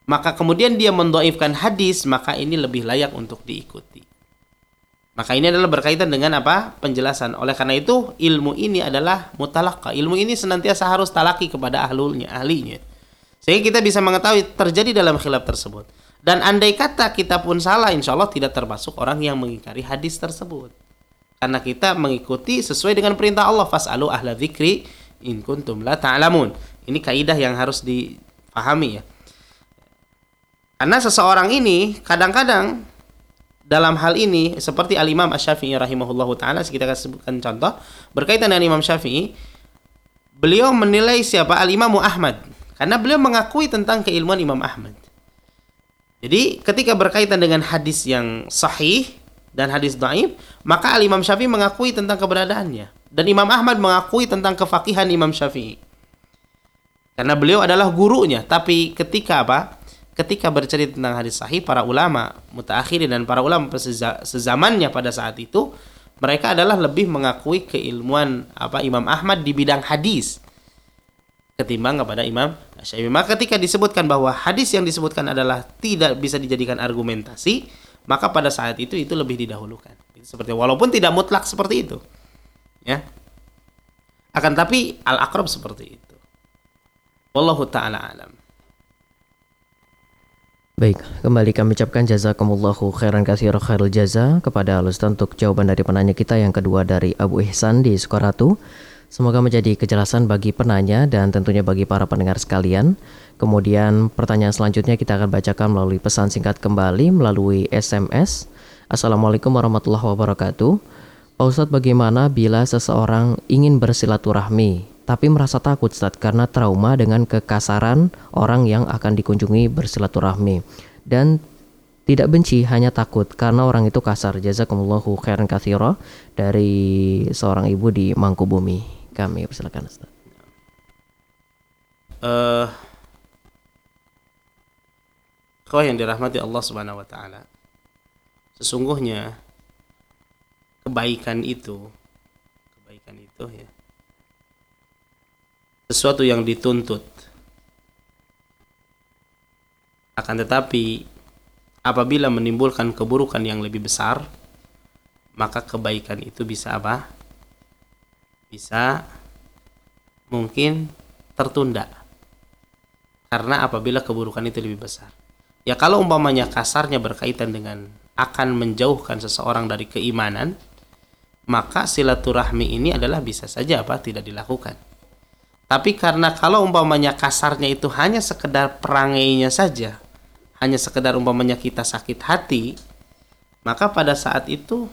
maka kemudian dia mendhaifkan hadis, maka ini lebih layak untuk diikuti. Maka ini adalah berkaitan dengan apa? Penjelasan. Oleh karena itu, ilmu ini adalah mutalaqqa. Ilmu ini senantiasa harus talaki kepada ahlinya. Sehingga kita bisa mengetahui terjadi dalam khilaf tersebut. Dan andai kata kita pun salah, insya Allah tidak termasuk orang yang mengingkari hadis tersebut. Karena kita mengikuti sesuai dengan perintah Allah. Fas'alu ahla dzikri in kuntum la ta'lamun. Ini kaidah yang harus dipahami ya. Karena seseorang ini kadang-kadang dalam hal ini seperti Al-Imam Asy-Syafi'i rahimahullahu taala, kita akan sebutkan contoh berkaitan dengan Imam Syafi'i. Beliau menilai siapa? Al-Imam Ahmad, karena beliau mengakui tentang keilmuan Imam Ahmad. Jadi ketika berkaitan dengan hadis yang sahih dan hadis dhaif, maka Al-Imam Syafi'i mengakui tentang keberadaannya, dan Imam Ahmad mengakui tentang kefaqihan Imam Syafi'i. Karena beliau adalah gurunya. Tapi ketika ketika bercerita tentang hadis sahih, para ulama mutaakhirin dan para ulama sezamannya pada saat itu, mereka adalah lebih mengakui keilmuan Imam Ahmad di bidang hadis ketimbang kepada Imam Syafi'i. Maka ketika disebutkan bahwa hadis yang disebutkan adalah tidak bisa dijadikan argumentasi, maka pada saat itu lebih didahulukan. Itu seperti, walaupun tidak mutlak seperti itu, ya. Akan tapi al-aqrab seperti itu. Wallahu taala alam. Baik, kembali kami ucapkan jazakumullahu khairan katsiran khairul jaza kepada Al-Ustaz untuk jawaban dari penanya kita yang kedua dari Abu Ihsan di Sukaratu. Semoga menjadi kejelasan bagi penanya dan tentunya bagi para pendengar sekalian. Kemudian pertanyaan selanjutnya kita akan bacakan melalui pesan singkat kembali melalui SMS. Assalamualaikum warahmatullahi wabarakatuh. Pak Ustadz, bagaimana bila seseorang ingin bersilaturahmi tapi merasa takut, Ustadz, karena trauma dengan kekasaran orang yang akan dikunjungi bersilaturahmi, dan tidak benci, hanya takut karena orang itu kasar. Jazakumullahu khairan katsira dari seorang ibu di Mangkubumi. Kami persilakan, Ustadz. Kau yang dirahmati Allah Subhanahu wa taala. Sesungguhnya kebaikan itu ya, sesuatu yang dituntut. Akan tetapi apabila menimbulkan keburukan yang lebih besar, maka kebaikan itu bisa apa? Bisa mungkin tertunda. Karena apabila keburukan itu lebih besar. Ya kalau umpamanya kasarnya berkaitan dengan akan menjauhkan seseorang dari keimanan, maka silaturahmi ini adalah bisa saja tidak dilakukan. Tapi karena kalau umpamanya kasarnya itu hanya sekedar perangainya saja, hanya sekedar umpamanya kita sakit hati, maka pada saat itu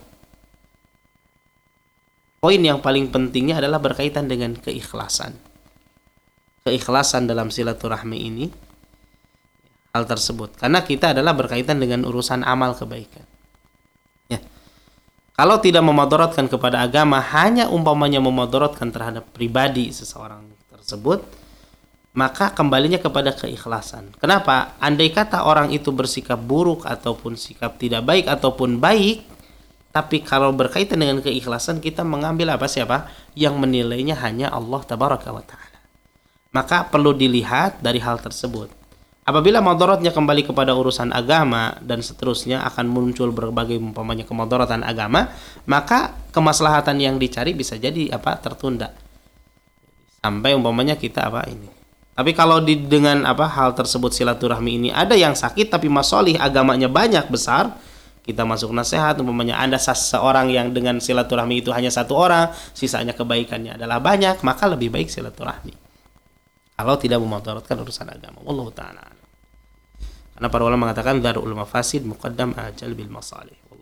poin yang paling pentingnya adalah berkaitan dengan keikhlasan. Keikhlasan dalam silaturahmi ini, hal tersebut. Karena kita adalah berkaitan dengan urusan amal kebaikan. Ya. Kalau tidak memudaratkan kepada agama, hanya umpamanya memudaratkan terhadap pribadi seseorang tersebut, maka kembalinya kepada keikhlasan. Kenapa? Andai kata orang itu bersikap buruk ataupun sikap tidak baik ataupun baik, tapi kalau berkaitan dengan keikhlasan, kita mengambil siapa yang menilainya hanya Allah tabaraka wa ta'ala. Maka perlu dilihat dari hal tersebut. Apabila mudaratnya kembali kepada urusan agama dan seterusnya, akan muncul berbagai umpamanya kemudaratan agama, maka kemaslahatan yang dicari bisa jadi tertunda. Sampai umpamanya kita ini. Tapi kalau dengan hal tersebut silaturahmi ini ada yang sakit tapi masolih agamanya banyak besar, kita masuk nasihat umpamanya ada seseorang yang dengan silaturahmi itu hanya satu orang, sisanya kebaikannya adalah banyak, maka lebih baik silaturahmi. Kalau tidak memudaratkan urusan agama. Wallahu ta'ala. Karena para ulama mengatakan darul mafasid muqaddam ajal bil masalih.